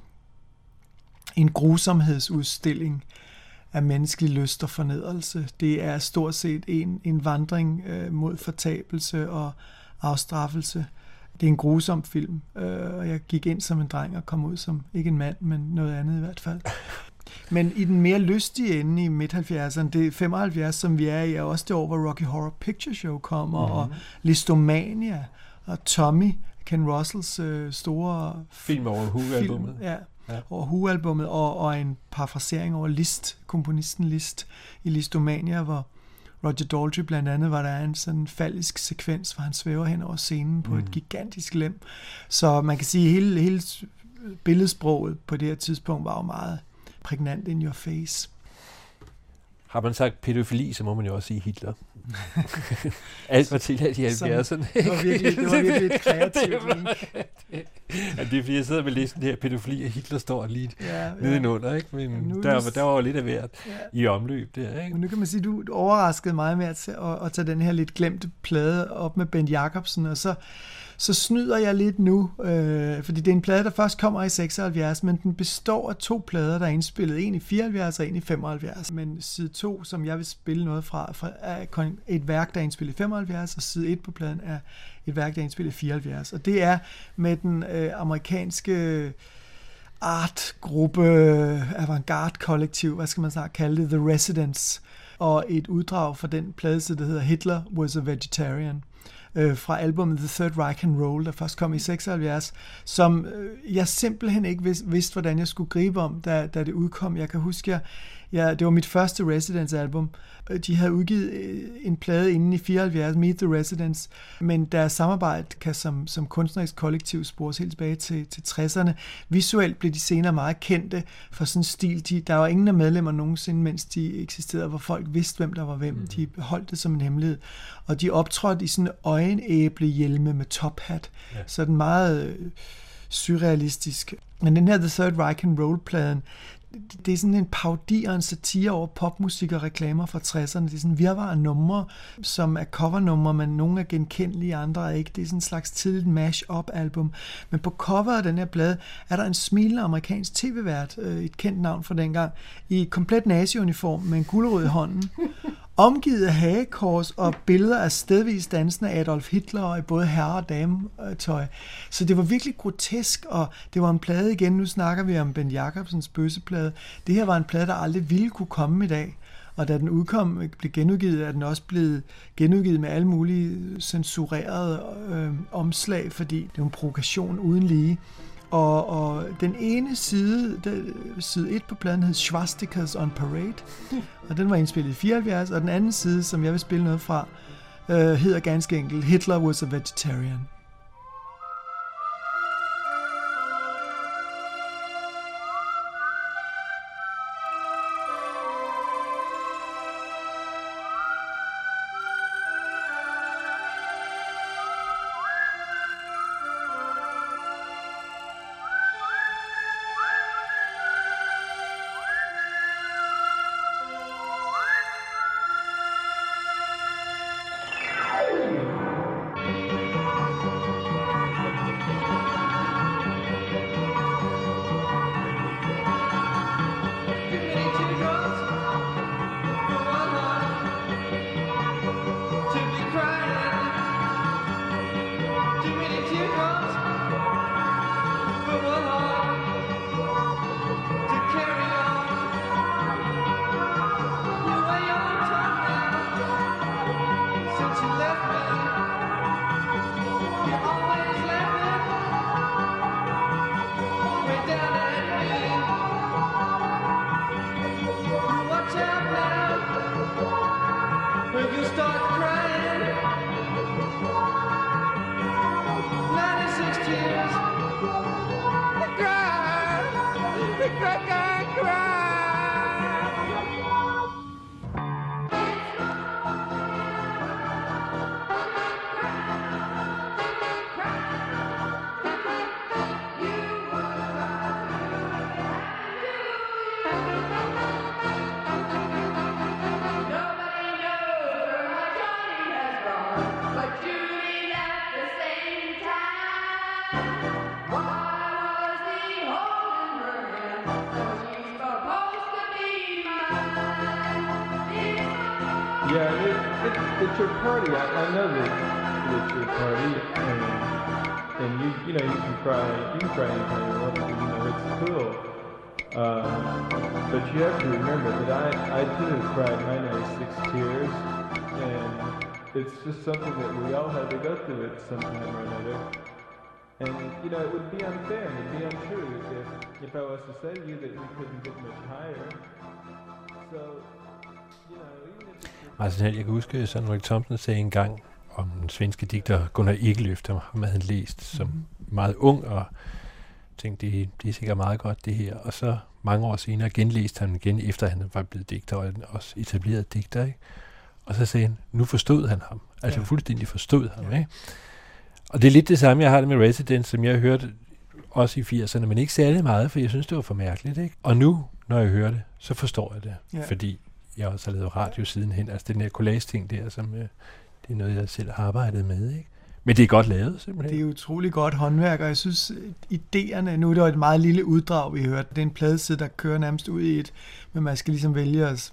en grusomhedsudstilling af menneskelig lyst og fornedrelse. Det er stort set en, en vandring øh, mod fortabelse og afstraffelse. Det er en grusom film, øh, og jeg gik ind som en dreng og kom ud som, ikke en mand, men noget andet i hvert fald. Men i den mere lystige ende i midt halvfjerdserne, det er femoghalvfjerds, som vi er i, er også det år, hvor Rocky Horror Picture Show kommer, Mhm. og Listomania, og Tommy, Ken Russells øh, store Film over Who-albummet. Ja, Ja. ja. over Who-albummet, og, og en parafrasering over Liszt, komponisten Liszt, i Listomania, hvor, Roger Daltrey blandt andet, var der en sådan fallisk sekvens, hvor han svæver hen over scenen på mm. et gigantisk lem. Så man kan sige, at hele, hele billedsproget på det her tidspunkt var jo meget prægnant in your face. Har man sagt pædofili, så må man jo også sige Hitler. Alt var tilladt i halvfjerdserne. Det var virkelig, det var virkelig et kreativt link. Ja, det er fordi, jeg sidder med listen her, pædofili, og Hitler står lige ja, ja. nedenunder, ikke? Men ja, der, der var jo lidt af hvert ja. i omløb der, ikke? Men nu kan man sige, du overraskede mig med at, at, at tage den her lidt glemte plade op med Bent Jacobsen, og så så snyder jeg lidt nu, øh, fordi det er en plade, der først kommer i seksoghalvfjerds, men den består af to plader, der er indspillet, en i fireoghalvfjerds og en i femoghalvfjerds. Men side to, som jeg vil spille noget fra, er et værk, der er indspillet i femoghalvfjerds, og side et på pladen er et værk, der er indspillet i fireoghalvfjerds. Og det er med den øh, amerikanske artgruppe, avantgarde-kollektiv, hvad skal man så kalde det, The Residents, og et uddrag fra den plade, der hedder Hitler Was a Vegetarian, fra albumet The Third Reich and Roll, der først kom i seksoghalvfjerds, som jeg simpelthen ikke vidste, vidste hvordan jeg skulle gribe om, da, da det udkom. Jeg kan huske, jeg, jeg, det var mit første Residents-album. De havde udgivet en plade inden i fireoghalvfjerds, Meet the Residents, men deres samarbejde kan som, som kunstnerisk kollektiv spores helt tilbage til, til tresserne. Visuelt blev de senere meget kendte for sådan en stil. De, der var ingen af medlemmer nogensinde, mens de eksisterede, hvor folk vidste, hvem der var hvem. Mm. De holdt det som en hemmelighed. Og de optrådte i sådan øjenæblehjelme med tophat. Ja. Sådan meget øh, surrealistisk. Men den her The Third Reich and Roll-pladen, det er sådan en parodi og en satire over popmusik og reklamer fra tresserne. Det er sådan virvar af numre, som er covernumre, men nogle er genkendelige, andre er ikke. Det er sådan en slags tidligt mash-up-album. Men på coveret af den her plade er der en smilende amerikansk tv-vært, et kendt navn fra dengang, i komplet nazi-uniform med en gulerod i hånden, omgivet af hagekors og billeder af stedvis dansende Adolf Hitler i både herre- og dametøj. Så det var virkelig grotesk, og det var en plade igen. Nu snakker vi om Bent Jacobsens bøsseplade. Det her var en plade, der aldrig ville kunne komme i dag. Og da den udkom, blev genudgivet, er den også blevet genudgivet med alle mulige censurerede øh, omslag, fordi det er en provokation uden lige. Og, og den ene side, der, side et på pladen hed Swastikas on Parade, og den var indspillet i fireoghalvfjerds, og den anden side, som jeg vil spille noget fra, øh, hedder ganske enkelt Hitler Was a Vegetarian. Yeah, it, it, it's your party. I, I know that it's your party, and and you you know you can cry you can cry anytime you want to. You know it's cool, uh, but you have to remember that I I too cried my ninety-six tears, and it's just something that we all have to go through at some time or another. And you know it would be unfair and it'd be untrue if if I was to say to you that we couldn't get much higher. So. Martin Hall, jeg kan huske, at Søren Ulrik Thomsen sagde engang om den svenske digter Gunnar Ekelöf, der ham havde han læst som mm. meget ung, og tænkte, det, det er sikkert meget godt det her. Og så mange år senere genlæste han igen, efter han var blevet digter, og også etableret digter, ikke? Og så sagde han, nu forstod han ham. Altså ja. fuldstændig forstod ham, ikke? Og det er lidt det samme, jeg har det med Residence, som jeg hørte også i firserne, men ikke særlig meget, for jeg synes, det var for mærkeligt, ikke? Og nu, når jeg hører det, så forstår jeg det, ja. fordi jeg også har lavet radio sidenhen. Altså den der collage-ting der, som øh, det er noget, jeg selv har arbejdet med, ikke? Men det er godt lavet, simpelthen. Det er utrolig godt håndværk, og jeg synes, idéerne, nu er det jo et meget lille uddrag, vi hørte. Det er en pladeside, der kører nærmest ud i et, men man skal ligesom vælge at,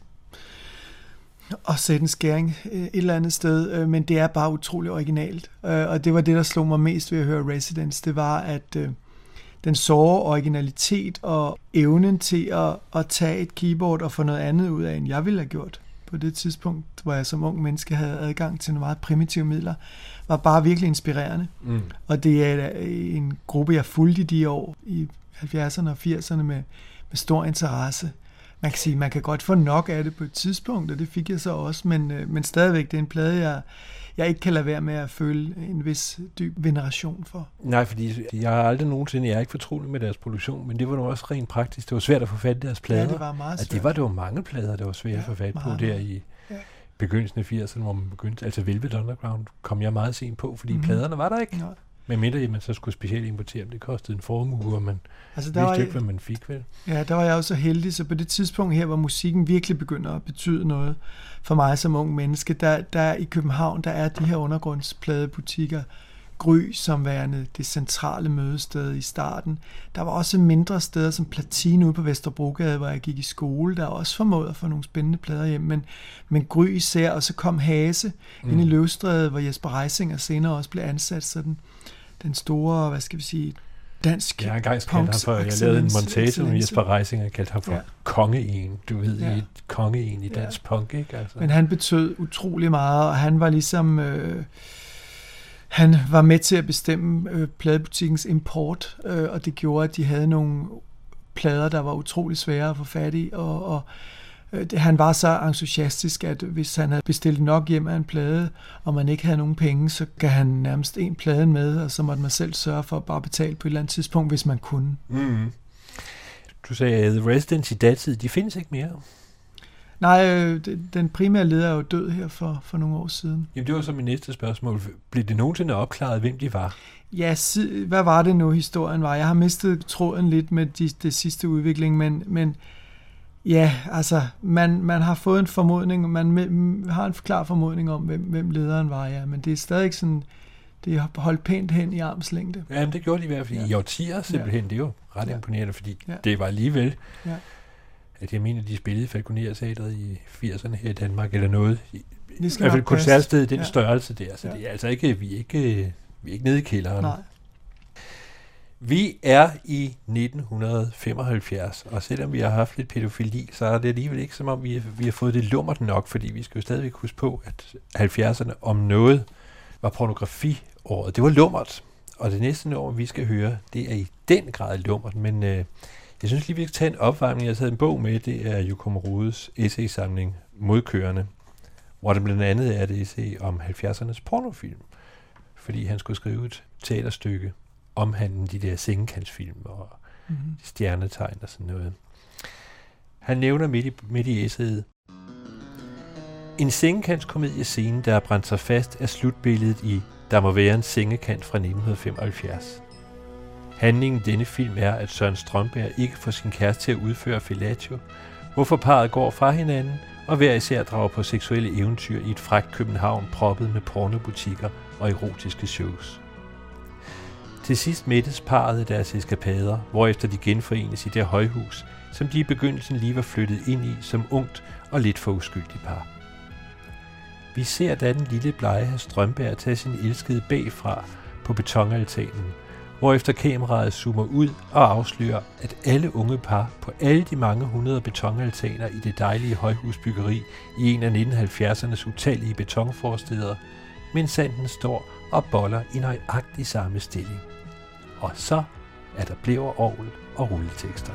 at sætte en skæring et eller andet sted, men det er bare utrolig originalt. Og det var det, der slog mig mest ved at høre Residence, det var, at den såre originalitet og evnen til at, at tage et keyboard og få noget andet ud af, end jeg ville have gjort på det tidspunkt, hvor jeg som ung menneske havde adgang til nogle meget primitive midler, var bare virkelig inspirerende. Mm. Og det er en gruppe, jeg fulgte i de år, i halvfjerdserne og firserne, med, med stor interesse. Man kan sige, man kan godt få nok af det på et tidspunkt, og det fik jeg så også, men, men stadigvæk, det er en plade, jeg, jeg ikke kan lade være med at føle en vis dyb veneration for. Nej, fordi jeg har aldrig nogensinde, jeg er ikke fortrolig med deres produktion, men det var nu også rent praktisk. Det var svært at få fat i deres plader. Ja, det var meget svært. Altså, det var det var mange plader, der var svært ja, at få fat på der i ja. begyndelsen af firserne, hvor man begyndte, altså Velvet Underground kom jeg meget sent på, fordi mm-hmm. pladerne var der ikke. Nej. Men mindre, man så skulle specielt importere dem, det kostede en formue, og man altså, vidste ikke, hvad man fik, vel? Ja, der var jeg også så heldig, så på det tidspunkt her, hvor musikken virkelig begynder at betyde noget for mig som ung menneske, der, der i København, der er de her undergrundspladebutikker, Gry som værende det centrale mødested i starten. Der var også mindre steder som Platine ude på Vesterbrogade, hvor jeg gik i skole, der også formåede at få nogle spændende plader hjem, men, men Gry især, og så kom Hase mm. ind i Løvstræde, hvor Jesper Reisinger senere også blev ansat, sådan den store, hvad skal vi sige, dansk ja, en gang kaldte ham for, jeg lavede en montage med Jesper Reisinger, kaldte ham for ja. kongeegen, du ved, ja. i kongeegen i dansk ja. punk, ikke? Altså. Men han betød utrolig meget, og han var ligesom... Øh, Han var med til at bestemme øh, pladebutikkens import, øh, og det gjorde, at de havde nogle plader, der var utrolig svære at få fat i, og, og øh, det, han var så entusiastisk, at hvis han havde bestilt nok hjem af en plade, og man ikke havde nogen penge, så gav han nærmest en plade med, og så måtte man selv sørge for at bare betale på et eller andet tidspunkt, hvis man kunne. Mm. Du sagde, The Residence i datid, de findes ikke mere. Nej, øh, den primære leder er jo død her for, for nogle år siden. Jamen, det var så min næste spørgsmål. Blev det nogensinde opklaret, hvem de var? Ja, hvad var det nu, historien var? Jeg har mistet tråden lidt med de, det sidste udvikling, men, men ja, altså, man, man har fået en formodning, man med, har en klar formodning om, hvem, hvem lederen var, ja, men det er stadig sådan, det er holdt pænt hen i armslængde. Jamen, det gjorde de i hvert fald ja. i årtier simpelthen. Ja. Det er jo ret ja. imponerende, fordi ja. det var alligevel... Ja. at jeg mener, de spillede Falconer Teatret i firserne her i Danmark, eller noget. I, i hvert fald koncertsted, den ja. størrelse der. Så ja. det er altså ikke, vi er ikke, vi er ikke nede i kælderen. Nej. Vi er i nitten femoghalvfjerds, og selvom vi har haft lidt pædofili, så er det alligevel ikke som om, vi, vi har fået det lummert nok, fordi vi skal jo stadigvæk huske på, at halvfjerdserne om noget var pornografiåret. Det var lummert, og det næste nummer, vi skal høre, det er i den grad lummert, men... Øh, Jeg synes lige, vi skal tage en opvarmning. Jeg har taget en bog med, det er Joachim Rodes essaysamling Modkørende, hvor der blandt andet er et essay om halvfjerdsernes pornofilm, fordi han skulle skrive et teaterstykke omhandlende de der sengekantsfilm og mm-hmm. stjernetegn og sådan noget. Han nævner midt i, midt i essayet, en sengekantskomediescene, der er brændt sig fast, er slutbilledet i Der må være en sengekant fra nitten femoghalvfjerds. Handlingen i denne film er, at Søren Strømberg ikke får sin kæreste til at udføre fellatio, hvorfor parret går fra hinanden og hver især drager på seksuelle eventyr i et frækt København proppet med pornobutikker og erotiske shows. Til sidst mættes parret af deres eskapader, hvorefter de genforenes i det højhus, som de i begyndelsen lige var flyttet ind i som ungt og lidt for uskyldigt par. Vi ser da den lille blege hr. Strømberg tage sin elskede bagfra på betonaltanen, hvorefter kameraet zoomer ud og afslører, at alle unge par på alle de mange hundrede betonaltaner i det dejlige højhusbyggeri i en af nitten halvfjerdsernes utallige betonforsteder, mens sanden står og boller i nøjagtig samme stilling. Og så er der blæver, orgel og rulletekster.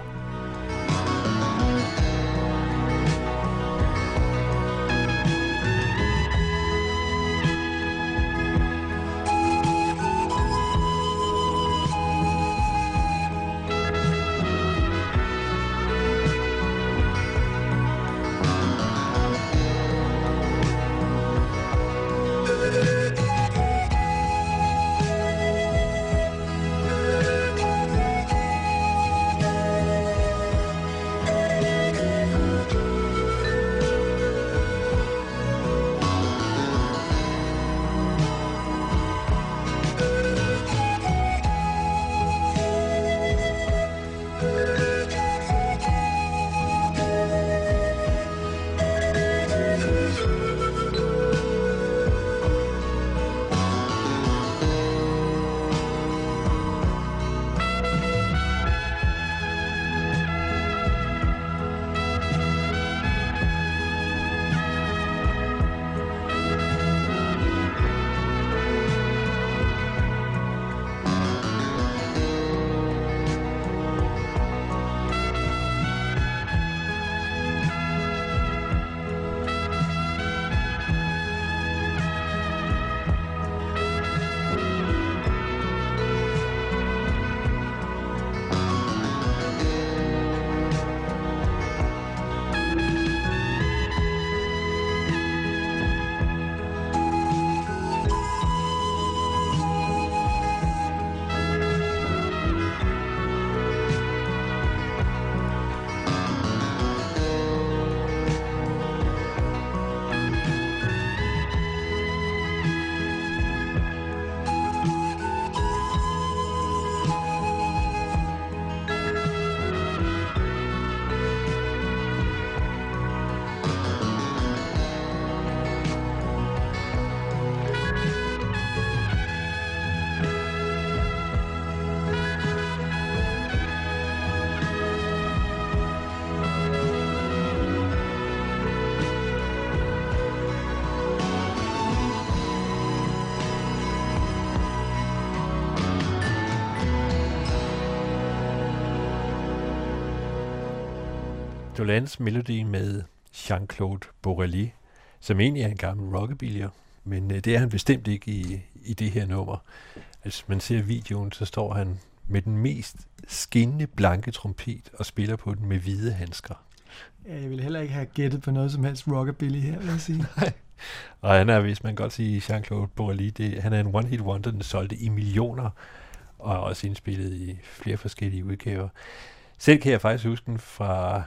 Dolans Melody med Jean-Claude Borelli, som egentlig er en gammel rockabilly, men øh, det er han bestemt ikke i, i det her nummer. Altså, man ser videoen, så står han med den mest skinnende blanke trompet og spiller på den med hvide handsker. Ja, jeg vil heller ikke have gættet på noget som helst rockabilly her, vil jeg sige. Og han er, hvis man godt sige Jean-Claude Borelli, det, han er en one-hit wonder, den solgte i millioner, og er også indspillet i flere forskellige udgaver. Selv kan jeg faktisk huske den fra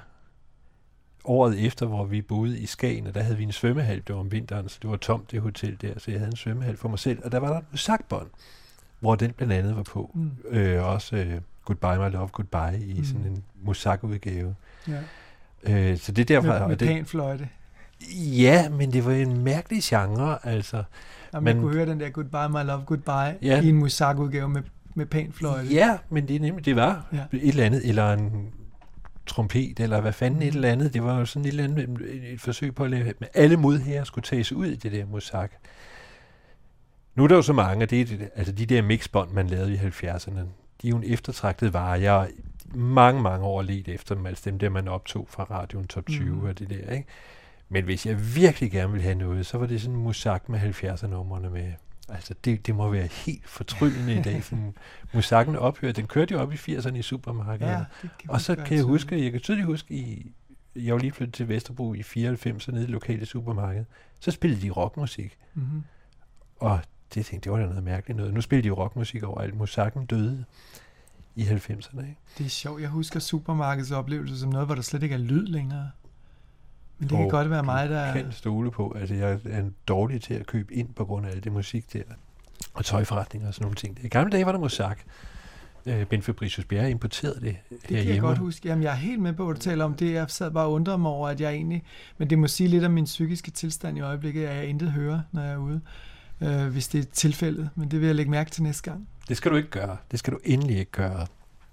året efter, hvor vi boede i Skagen, og der havde vi en svømmehal, det var om vinteren, så det var tomt det hotel der, så jeg havde en svømmehal for mig selv, og der var der et musikbånd, hvor den blandt andet var på. Mm. Øh, også øh, Goodbye My Love, Goodbye i mm. sådan en musikudgave. Ja. Øh, så det er derfor... Med, med det, panfløjte. Ja, men det var en mærkelig genre, altså. Jamen, man kunne høre den der Goodbye My Love, Goodbye ja. i en musikudgave med, med panfløjte. Ja, men det, nemlig, det var ja. et eller andet, eller en trompet, eller hvad fanden et eller andet. Det var jo sådan et eller andet, et, et forsøg på at lave, med alle modherrer skulle tages ud i det der musik. Nu er der jo så mange, det, altså de der mixbånd, man lavede i halvfjerdserne, de er jo en eftertragtet vare. Jeg har mange, mange år let efter dem, altså dem der, man optog fra radioen Top tyve mm. og det der, ikke? Men hvis jeg virkelig gerne ville have noget, så var det sådan en musik med halvfjerdser-numrene med. Altså, det, det må være helt fortryllende i dag, for musikken ophører. Den kørte jo op i firserne i supermarkedet. Ja, og så kan jeg huske, jeg kan tydeligt huske, i, jeg var lige flyttet til Vesterbro i fireoghalvfems, nede i det lokale supermarked. Så spillede de rockmusik. Mm-hmm. Og det tænkte, det var da noget mærkeligt noget. Nu spillede de rockmusik overalt. Musikken døde i halvfemserne, ikke? Det er sjovt. Jeg husker supermarkedets oplevelse som noget, hvor der slet ikke er lyd længere. Men det kan oh, godt være mig, der... Jeg kan stole på. Altså, jeg er dårlig til at købe ind på grund af alt det musik der. Og tøjforretninger og sådan nogle ting. I gamle dage var der musik. Øh, Ben Fabricius Bjerre importerede det Det kan jeg godt huske. Jamen, jeg er helt med på, hvad du taler om det. Jeg sad bare og undrede mig over, at jeg egentlig... Men det må sige lidt om min psykiske tilstand i øjeblikket, at jeg intet hører, når jeg er ude. Øh, hvis det er tilfældet. Men det vil jeg lægge mærke til næste gang. Det skal du ikke gøre. Det skal du endelig ikke gøre.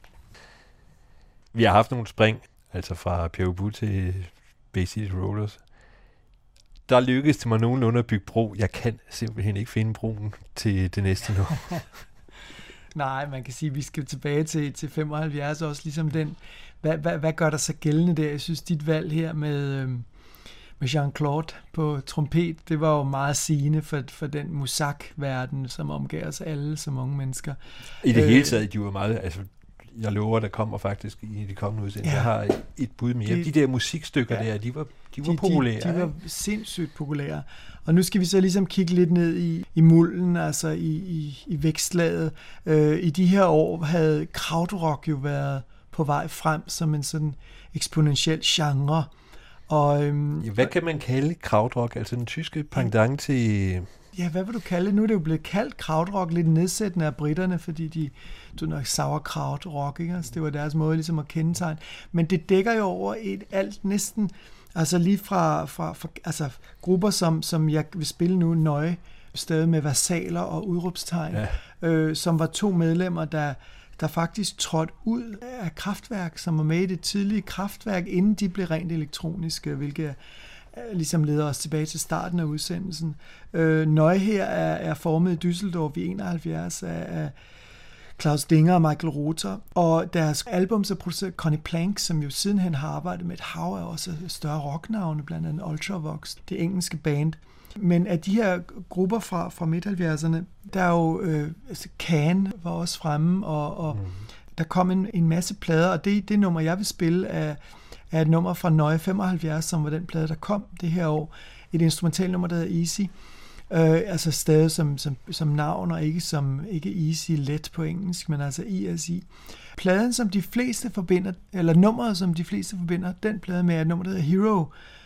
Vi har haft nogle spring, altså fra Pierre Ubu til Bay City Rollers. Der lykkedes det mig nogenlunde at bygge bro. Jeg kan simpelthen ikke finde broen til det næste nu. Nej, man kan sige, at vi skal tilbage til, til femoghalvfjerds også, ligesom den. Hvad, hvad, hvad gør der så gældende der? Jeg synes, dit valg her med, med Jean-Claude på trompet, det var jo meget sigende for, for den musikverden, som omgav os alle som unge mennesker. I det øh, hele taget, de var meget... Altså, jeg lover, der kommer faktisk i de kommende udsendelser. Ja. Jeg har et bud mere. De, de der musikstykker ja, der, de var, de var de, populære. De, de var sindssygt populære. Og nu skal vi så ligesom kigge lidt ned i, i mulden, altså i, i, i vækstlaget. Øh, I de her år havde krautrock jo været på vej frem som en sådan eksponentiel genre. Og, øhm, ja, hvad kan man kalde krautrock? Altså den tyske pendant til... Ja, hvad vil du kalde det? Nu er det jo blevet kaldt krautrock, lidt nedsættende af britterne, fordi de, du nok sauerkrautrock, ikke? Altså, det var deres måde ligesom at kendetegne. Men det dækker jo over et alt næsten, altså lige fra, fra, fra altså grupper, som, som jeg vil spille nu nøje, stadig med versaler og udråbstegn, ja. øh, som var to medlemmer, der, der faktisk trådte ud af Kraftwerk, som var med i det tidlige Kraftwerk, inden de blev rent elektroniske, hvilket ligesom leder os tilbage til starten af udsendelsen. Øh, Nøje her er, er formet i Düsseldorf i enoghalvfjerds af, af Klaus Dinger og Michael Rother, og deres album så produceret Conny Plank, som jo sidenhen har arbejdet med et hav af også større rocknavne, blandt andet Ultravox, det engelske band. Men af de her grupper fra, fra midt-halvfjerdserne, der er jo øh, altså Can var også fremme, og, og mm. der kom en, en masse plader, og det, det nummer, jeg vil spille, er er et nummer fra Nøje femoghalvfjerds, som var den plade, der kom det her år. Et instrumentalnummer, der hedder Easy. Øh, altså stadig som, som, som navn, og ikke som ikke easy, let på engelsk, men altså I S I. Pladen, som de fleste forbinder, eller nummeret, som de fleste forbinder, den plade med, er et nummer, der hedder Hero,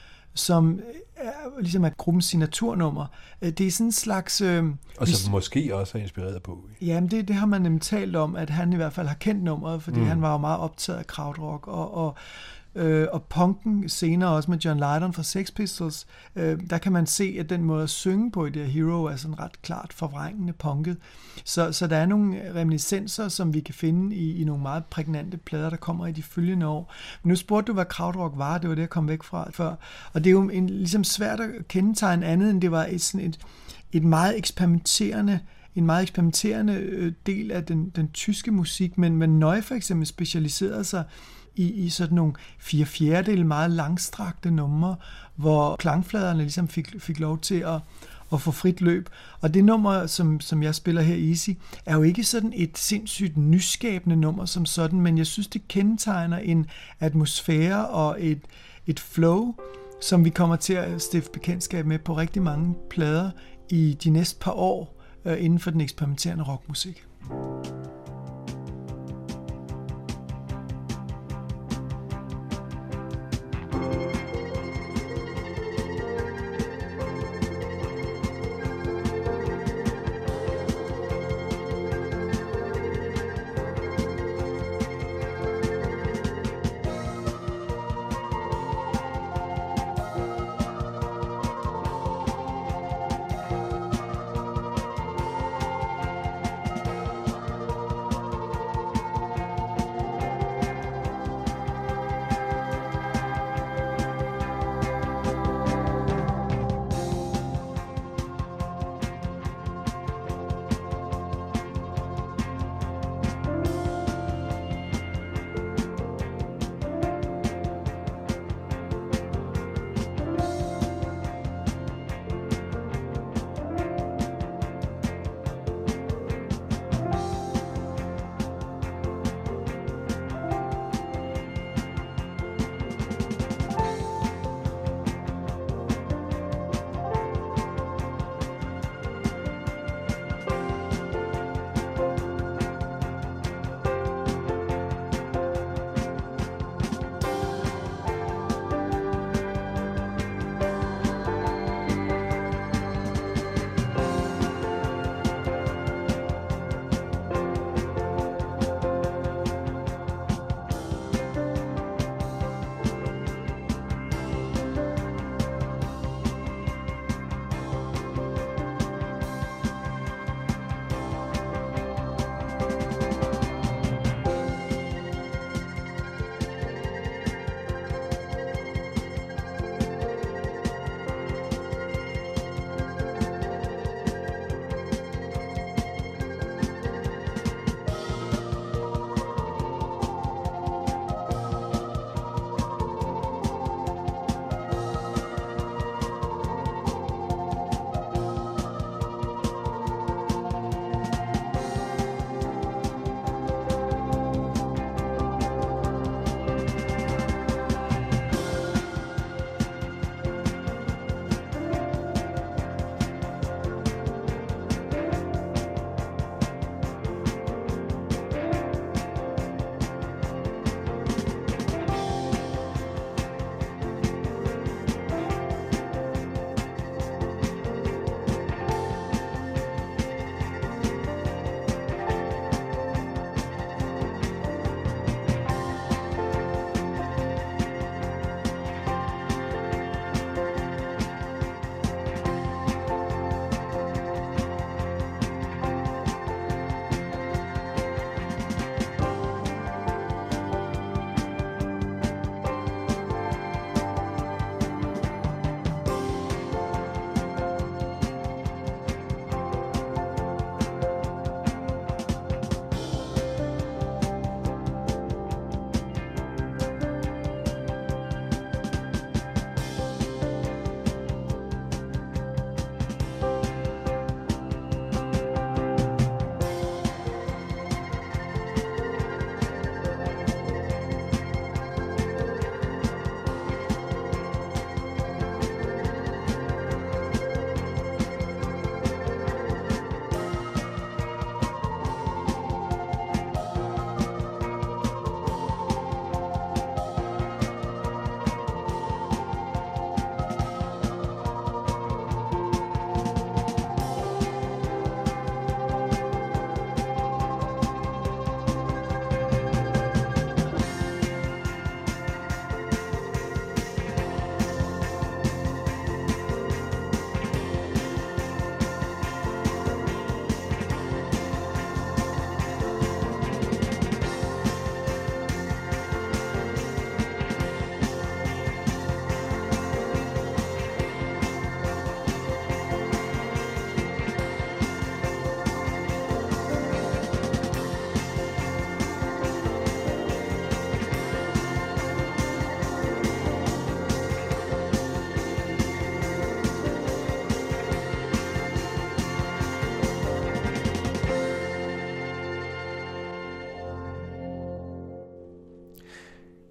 som er, ligesom er gruppens signaturnummer. Det er sådan en slags... Øh, og som måske også er inspireret på. Jamen, det, det har man nemlig talt om, at han i hvert fald har kendt nummeret, fordi mm. han var jo meget optaget af krautrock, og, og Øh, og punken senere også med John Lydon fra Sex Pistols, øh, der kan man se, at den måde at synge på i det her Hero er sådan ret klart forvrængende punket. Så, så der er nogle reminiscenser, som vi kan finde i, i nogle meget prægnante plader, der kommer i de følgende år. Men nu spurgte du, hvad krautrock var, det var det, jeg kom væk fra før. Og det er jo en, ligesom svært at kendetegne andet, end det var et, sådan et, et meget eksperimenterende en meget eksperimenterende del af den, den tyske musik, men, men Nøje for eksempel specialiserede sig i, i sådan nogle fire fjerdedele meget langstrakte numre, hvor klangfladerne ligesom fik, fik lov til at, at få frit løb. Og det nummer, som, som jeg spiller her, Easy, er jo ikke sådan et sindssygt nyskabende nummer som sådan, men jeg synes, det kendetegner en atmosfære og et, et flow, som vi kommer til at stifte bekendtskab med på rigtig mange plader i de næste par år øh, inden for den eksperimenterende rockmusik.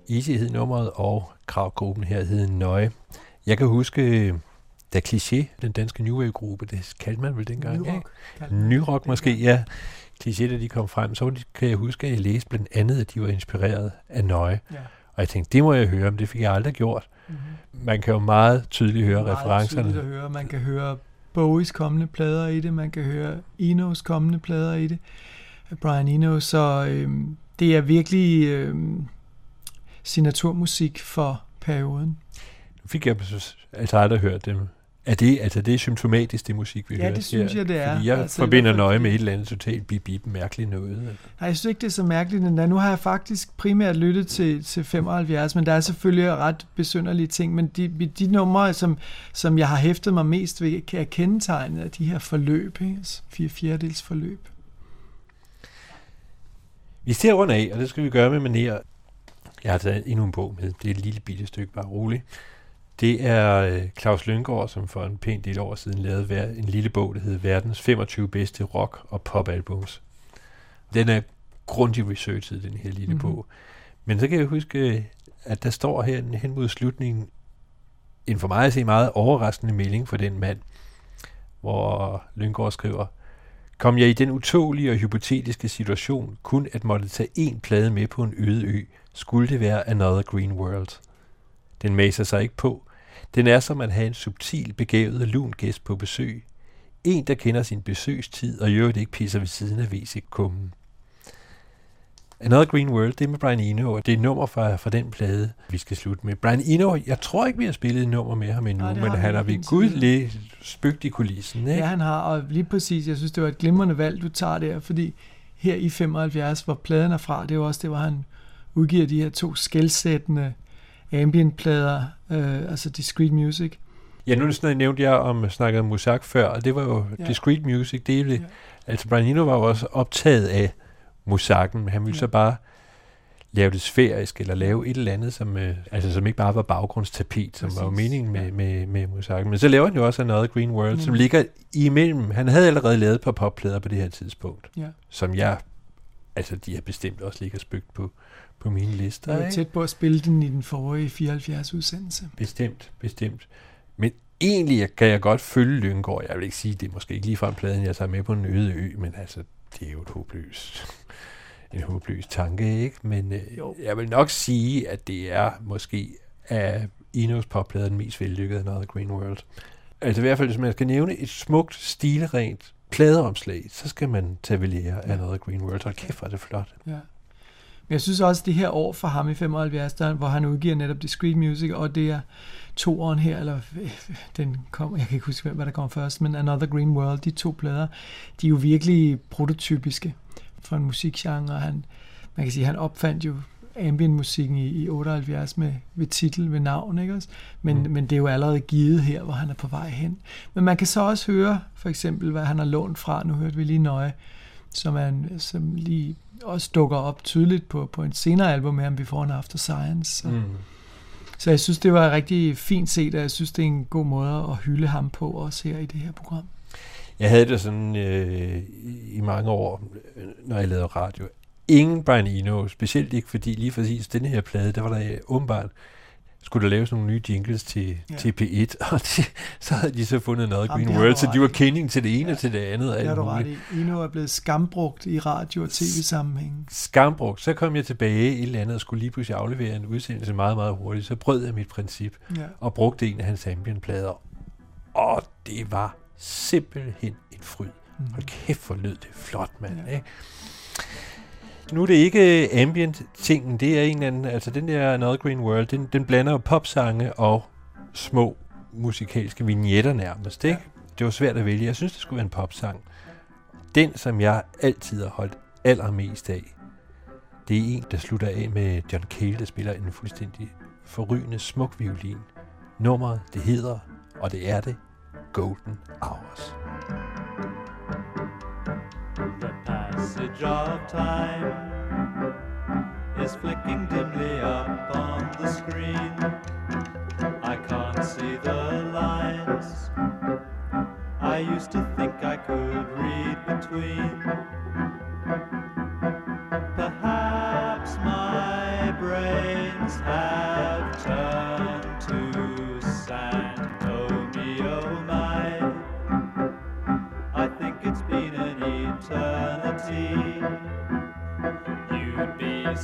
Easy hed nummeret, og kravgruppen her hed Nøje. Jeg kan huske, da Cliché, den danske New Wave-gruppe, det kaldte man vel dengang, Nyrock. ikke? Nyrock måske, ja. Cliché, da de kom frem, så kan jeg huske, at jeg læste blandt andet, at de var inspireret af Nøje. Ja. Og jeg tænkte, det må jeg høre, men det fik jeg aldrig gjort. Mm-hmm. Man kan jo meget tydeligt høre meget referencerne. Tydeligt at høre. Man kan høre Bowies kommende plader i det, man kan høre Enos kommende plader i det, Brian Eno, så øhm, det er virkelig øhm, signaturmusik for perioden. Nu fik jeg altså aldrig hørt dem. Er det, altså det er symptomatisk, det musik, vi ja, hører? Ja, det synes her, jeg, det er. Fordi jeg altså, forbinder Nøje med et eller andet totalt bip-bip mærkeligt noget. Nej, jeg synes ikke, det er så mærkeligt endda. Nu har jeg faktisk primært lyttet til, til femoghalvfjerds, men der er selvfølgelig ret besynderlige ting, men de, de numre, som, som jeg har hæftet mig mest ved, kan jeg kendetegne af de her forløb, ikke? Fire fjerdedels forløb. Vi ser rundt af, og det skal vi gøre med manér. Jeg har taget endnu en bog med. Det er et lille bitte stykke, bare roligt. Det er Claus Lynggaard, som for en pæn del år siden lavede en lille bog, der hedder Verdens femogtyve bedste rock- og popalbums. Den er grundigt researchet, den her lille mm-hmm. bog. Men så kan jeg huske, at der står her hen mod slutningen en for mig at se meget overraskende melding for den mand, hvor Lynggaard skriver: Kom jeg i den utålige og hypotetiske situation kun at måtte tage én plade med på en øde ø, skulle det være Another Green World. Den maser sig ikke på. Den er som at have en subtil, begavet og lun gæst på besøg. En, der kender sin besøgstid og i øvrigt ikke pisser ved siden af W C-kummen. Another Green World, det er med Brian Eno, og det er et nummer fra, fra den plade, vi skal slutte med. Brian Eno, jeg tror ikke, vi har spillet et nummer med ham endnu, men han har ved Gud lidt spøgt i kulissen, ikke? Ja, han har, og lige præcis, jeg synes, det var et glimrende valg, du tager der, fordi her i femoghalvfjerds, hvor pladen er fra, det er jo også det, hvor han udgiver de her to skelsættende ambient-plader, øh, altså Discreet Music. Ja, nu nævnte jeg om snakket om Muzak før, og det var jo ja. Discreet Music, det er det. Ja. Altså Brian Eno var jo også optaget af Muzakken, men han ville ja. så bare lave det sfærisk, eller lave et eller andet, som, øh, altså, som ikke bare var baggrundstapet, som Præcis. var jo meningen med, ja. med, med Muzakken. Men så laver han jo også Another Green World, mm. som ligger imellem. Han havde allerede lavet et par popplader på det her tidspunkt, ja. som jeg, altså de har bestemt også ligger spøgt på, på mine lister. Jeg var tæt på at spille den i den forrige fireoghalvfjerds udsendelse. Bestemt, bestemt. Men egentlig kan jeg godt følge Lynggaard. Jeg vil ikke sige, det er måske ikke lige fra pladen, jeg tager med på en øde ø, men altså, det er jo et håbløst, en håbløs tanke, ikke? Men øh, jeg vil nok sige, at det er måske af Enos popplader den mest vellykkede Another Green World. Altså i hvert fald, hvis man skal nævne et smukt, stilrent pladeomslag, så skal man tage Valera ja. Another Green World. Og kæft, hvor er det flot. Ja. Men jeg synes også, det her år for ham i femoghalvfjerds, der, hvor han udgiver netop Discreet Music, og det er toeren her, eller den kom, jeg kan ikke huske, hvad der kom først, men Another Green World, de to plader, de er jo virkelig prototypiske for en musikgenre. Han, man kan sige, han opfandt jo ambient-musikken i, i otteoghalvfjerds med, ved titel, ved navn, ikke også? Men, mm. men det er jo allerede givet her, hvor han er på vej hen. Men man kan så også høre, for eksempel, hvad han har lånt fra, nu hørte vi lige Nøje, som, er en, som lige også dukker op tydeligt på, på en senere album med ham, Before and After Science. Så. Mm. så jeg synes, det var rigtig fint set, og jeg synes, det er en god måde at hylde ham på, også her i det her program. Jeg havde det sådan øh, i mange år, når jeg lavede radio. Ingen Brian Eno, specielt ikke, fordi lige præcis denne her plade, der var der åbenbart, skulle der laves nogle nye jingles til, ja. til P et, og de, så havde de så fundet noget Green Jamen, World, så de var kending til det ene og ja. til det andet. Det har du ret i. Eno er blevet skambrugt i radio- og tv-sammenhæng. Skambrugt. Så kom jeg tilbage et eller andet og skulle lige pludselig aflevere en udsendelse meget, meget hurtigt. Så brød jeg mit princip ja. og brugte en af hans ambient-plader. Og det var simpelthen et fryd. Mm. Hold kæft, hvor lød det flot, mand. Ja. Ikke? Nu er det ikke ambient-tingen, det er en eller anden, altså den der Another Green World, den, den blander popsange og små musikalske vignetter nærmest, ikke? Ja. Det var svært at vælge. Jeg synes, det skulle være en popsang. Den, som jeg altid har holdt allermest af, det er en, der slutter af med John Cale, der spiller en fuldstændig forrygende smuk violin. Nummeret, det hedder, og det er det, Golden Hours. Passage of time is flicking dimly up on the screen. I can't see the lines I used to think I could read between. Perhaps my brain's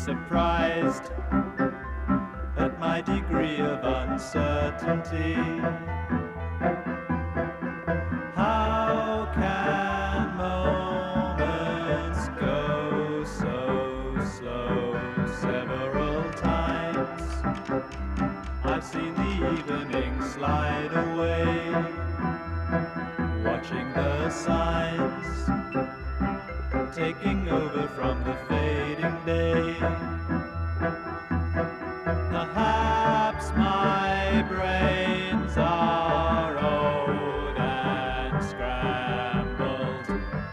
surprised at my degree of uncertainty. How can moments go so slow? Several times I've seen the evening slide away, watching the signs taking over from the fading day. Perhaps my brains are old and scrambled.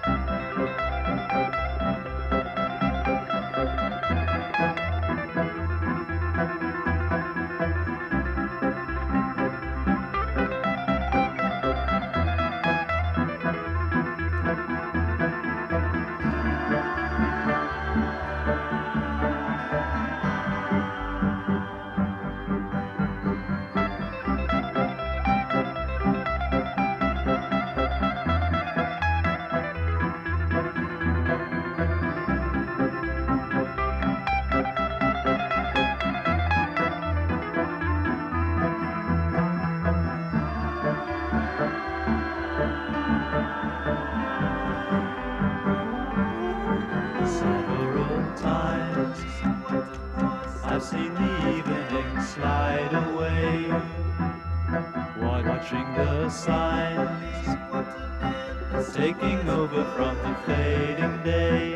I've seen the evening slide away, watching the signs taking over from the fading day,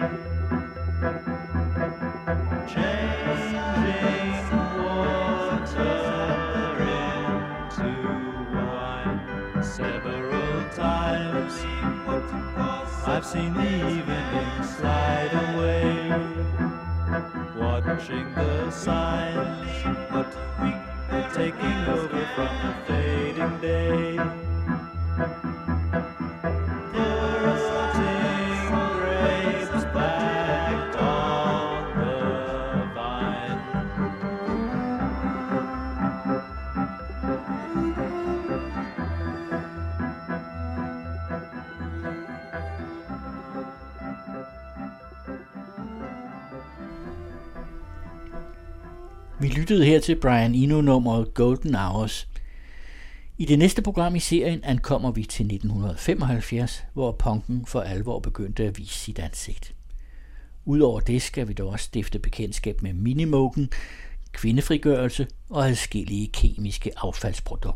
changing water into wine. Several times I've seen the evening slide away, watching the signs taking over from the fading day, putting grapes back on the vine. Vi lyttede her til Brian Eno-nummeret Golden Hours. I det næste program i serien ankommer vi til nitten femoghalvfjerds, hvor punken for alvor begyndte at vise sit ansigt. Udover det skal vi dog også stifte bekendtskab med minimoken, kvindefrigørelse og adskillige kemiske affaldsprodukter.